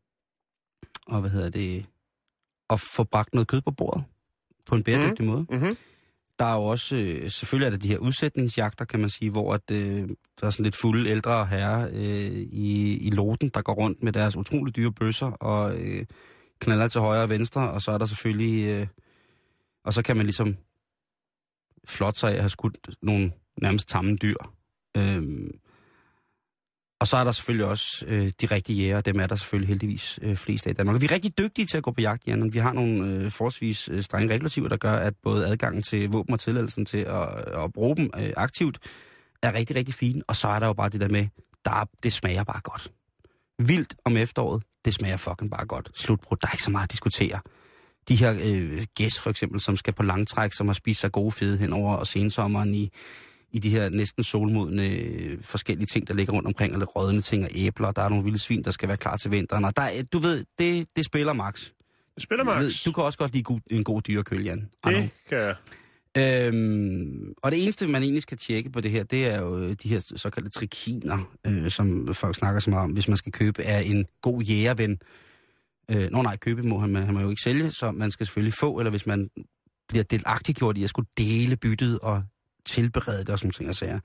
og hvad hedder det, at få bagt noget kød på bordet på en bæredygtig mm. måde. Mm-hmm. Der er jo også, øh, selvfølgelig er der de her udsætningsjagter, kan man sige, hvor at, øh, der er sådan lidt fulde ældre herrer øh, i, i loten, der går rundt med deres utrolig dyre bøsser og øh, knaller til højre og venstre, og så er der selvfølgelig, øh, og så kan man ligesom flotte sig af at have skudt nogle nærmest tamme dyr. Øh, Og så er der selvfølgelig også øh, de rigtige jæger, dem er der selvfølgelig heldigvis øh, flest af i Danmark. Og vi er rigtig dygtige til at gå på jagt, Jan. Vi har nogle øh, forholdsvis øh, strenge regulativer, der gør, at både adgangen til våben og tilladelsen til at, at bruge dem øh, aktivt er rigtig, rigtig fine. Og så er der jo bare det der med, der, det smager bare godt. Vildt om efteråret, det smager fucking bare godt. Slutbrud, der er ikke så meget at diskutere. De her øh, gæs for eksempel, som skal på langtræk, som har spist sig gode fede hen over sensommeren i... i de her næsten solmodne forskellige ting, der ligger rundt omkring, eller rådne ting og æbler, der er nogle vilde svin, der skal være klar til vinteren, og der er, du ved, det, det spiller max. Det spiller max. Ved, du kan også godt lide god, en god dyrekøl, Jan. Det kan jeg. Øhm, og det eneste, man egentlig skal tjekke på det her, det er jo de her såkaldte trikiner, øh, som folk snakker så meget om, hvis man skal købe af en god jægerven. Øh, nå nej, købe må han, han må jo ikke sælge, så man skal selvfølgelig få, eller hvis man bliver delagtiggjort i at skulle dele byttet og tilberede det og sådan ting og sager.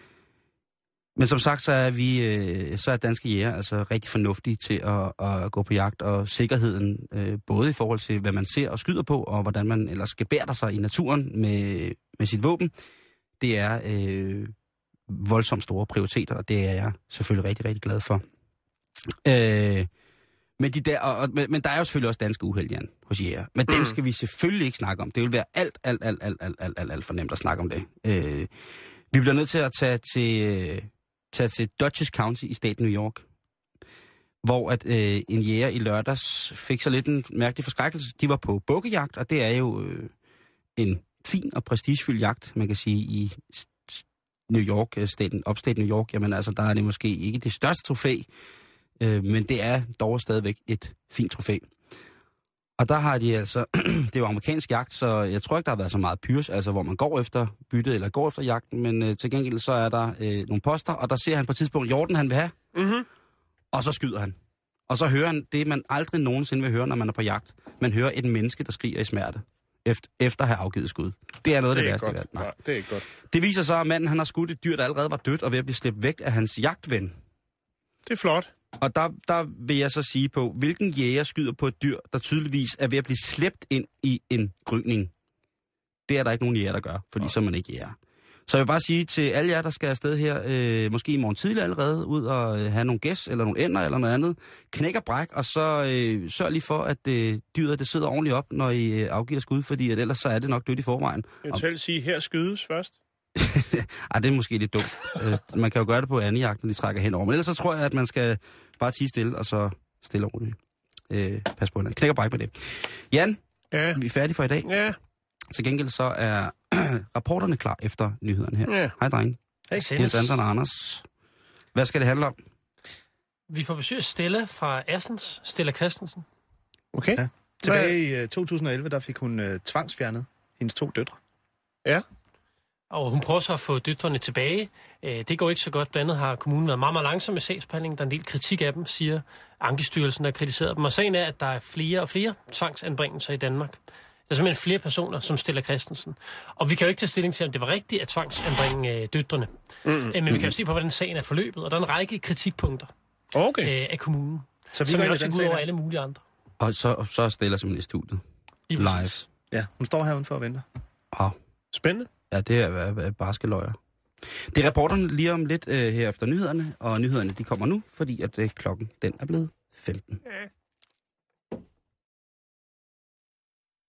Men som sagt, så er vi, øh, så er danske jæger altså rigtig fornuftige til at, at gå på jagt, og sikkerheden, øh, både i forhold til, hvad man ser og skyder på, og hvordan man ellers gebærder sig i naturen med, med sit våben, det er øh, voldsomt store prioriteter, og det er jeg selvfølgelig rigtig, rigtig glad for. Øh, men, de der, og, og, men, men der er jo selvfølgelig også danske uheld, Jan, hos jæger. Men mm. dem skal vi selvfølgelig ikke snakke om. Det vil være alt, alt, alt, alt, alt, alt, alt, alt for nemt at snakke om det. Øh, vi bliver nødt til at tage til, tage til Dutchess County i staten New York, hvor at, øh, en jæger i lørdags fik så lidt en mærkelig forskrækkelse. De var på bukkejagt, og det er jo øh, en fin og prestigefyldt jagt, man kan sige, i New York, staten, upstate New York. Jamen altså, der er det måske ikke det største trofæ, øh, men det er dog stadigvæk et fint trofæ. Og der har de altså, det er jo amerikansk jagt, så jeg tror ikke, der har været så meget pyrs, altså hvor man går efter byttet eller går efter jagten, men øh, til gengæld så er der øh, nogle poster, og der ser han på et tidspunkt hjorten, han vil have, mm-hmm. og så skyder han. Og så hører han det, man aldrig nogensinde vil høre, når man er på jagt. Man hører et menneske, der skriger i smerte, efter, efter at have afgivet skud. Det er noget af det, det værste i verden. Nej, det er ikke godt. Det viser så, at manden han har skudt et dyr, der allerede var dødt, og ved at blive slæbt væk af hans jagtven. Det er flot. Og der, der vil jeg så sige på, hvilken jæger skyder på et dyr, der tydeligvis er ved at blive slæbt ind i en gryning. Det er der ikke nogen jæger, der gør, fordi så er man ikke jæger. Så jeg vil bare sige til alle jer, der skal afsted her, øh, måske i morgen tidlig allerede, ud og øh, have nogle gæs, eller nogle ænder, eller noget andet, knæk og bræk, og så øh, sørg lige for, at øh, dyret det sidder ordentligt op, når I øh, afgiver skud, fordi at ellers så er det nok dødt i forvejen. Jeg vil selv sige, her skydes først. Ej, det er måske lidt dumt. Man kan jo gøre det på andejagt, når de trækker henover. Men ellers så tror jeg, at man skal bare tie stille, og så stille og roligt. Øh, pas på hinanden. Knæk og bræk med det. Jan, ja. Vi er færdige for i dag. Ja. Til gengæld så er rapporterne klar efter nyhederne her. Ja. Hej, drenge. Hej, Jens Anton og Anders. Hvad skal det handle om? Vi får besøg af Stella fra Assens. Stella Christensen. Okay. Ja. Tilbage i uh, to tusind og elleve, der fik hun uh, tvangsfjernet hendes to døtre. Ja. og hun prøver så at få døtrene tilbage. Det går ikke så godt. Blandt andet har kommunen været meget, meget langsom med sagsbehandlingen. Der er en del kritik af dem, siger Ankestyrelsen, der har kritiseret dem. Og sagen er, at der er flere og flere tvangsanbringelser i Danmark. Der er simpelthen flere personer, som stiller Christensen. Og vi kan jo ikke tage stilling til, om det var rigtigt at tvangsanbringe døtrene. Mm-hmm. Men vi kan jo se på, hvordan sagen er forløbet. Og der er en række kritikpunkter okay. af kommunen. Så vi som også går ud over alle mulige andre. Og så, så stiller simpelthen i studiet. I live. Ja, hun står her udenfor og venter. Wow. Spændende. Ja, det er, er, er barske løjer. Det er reporterne lige om lidt øh, her efter nyhederne, og nyhederne de kommer nu, fordi at øh, klokken den er blevet femten. Ja.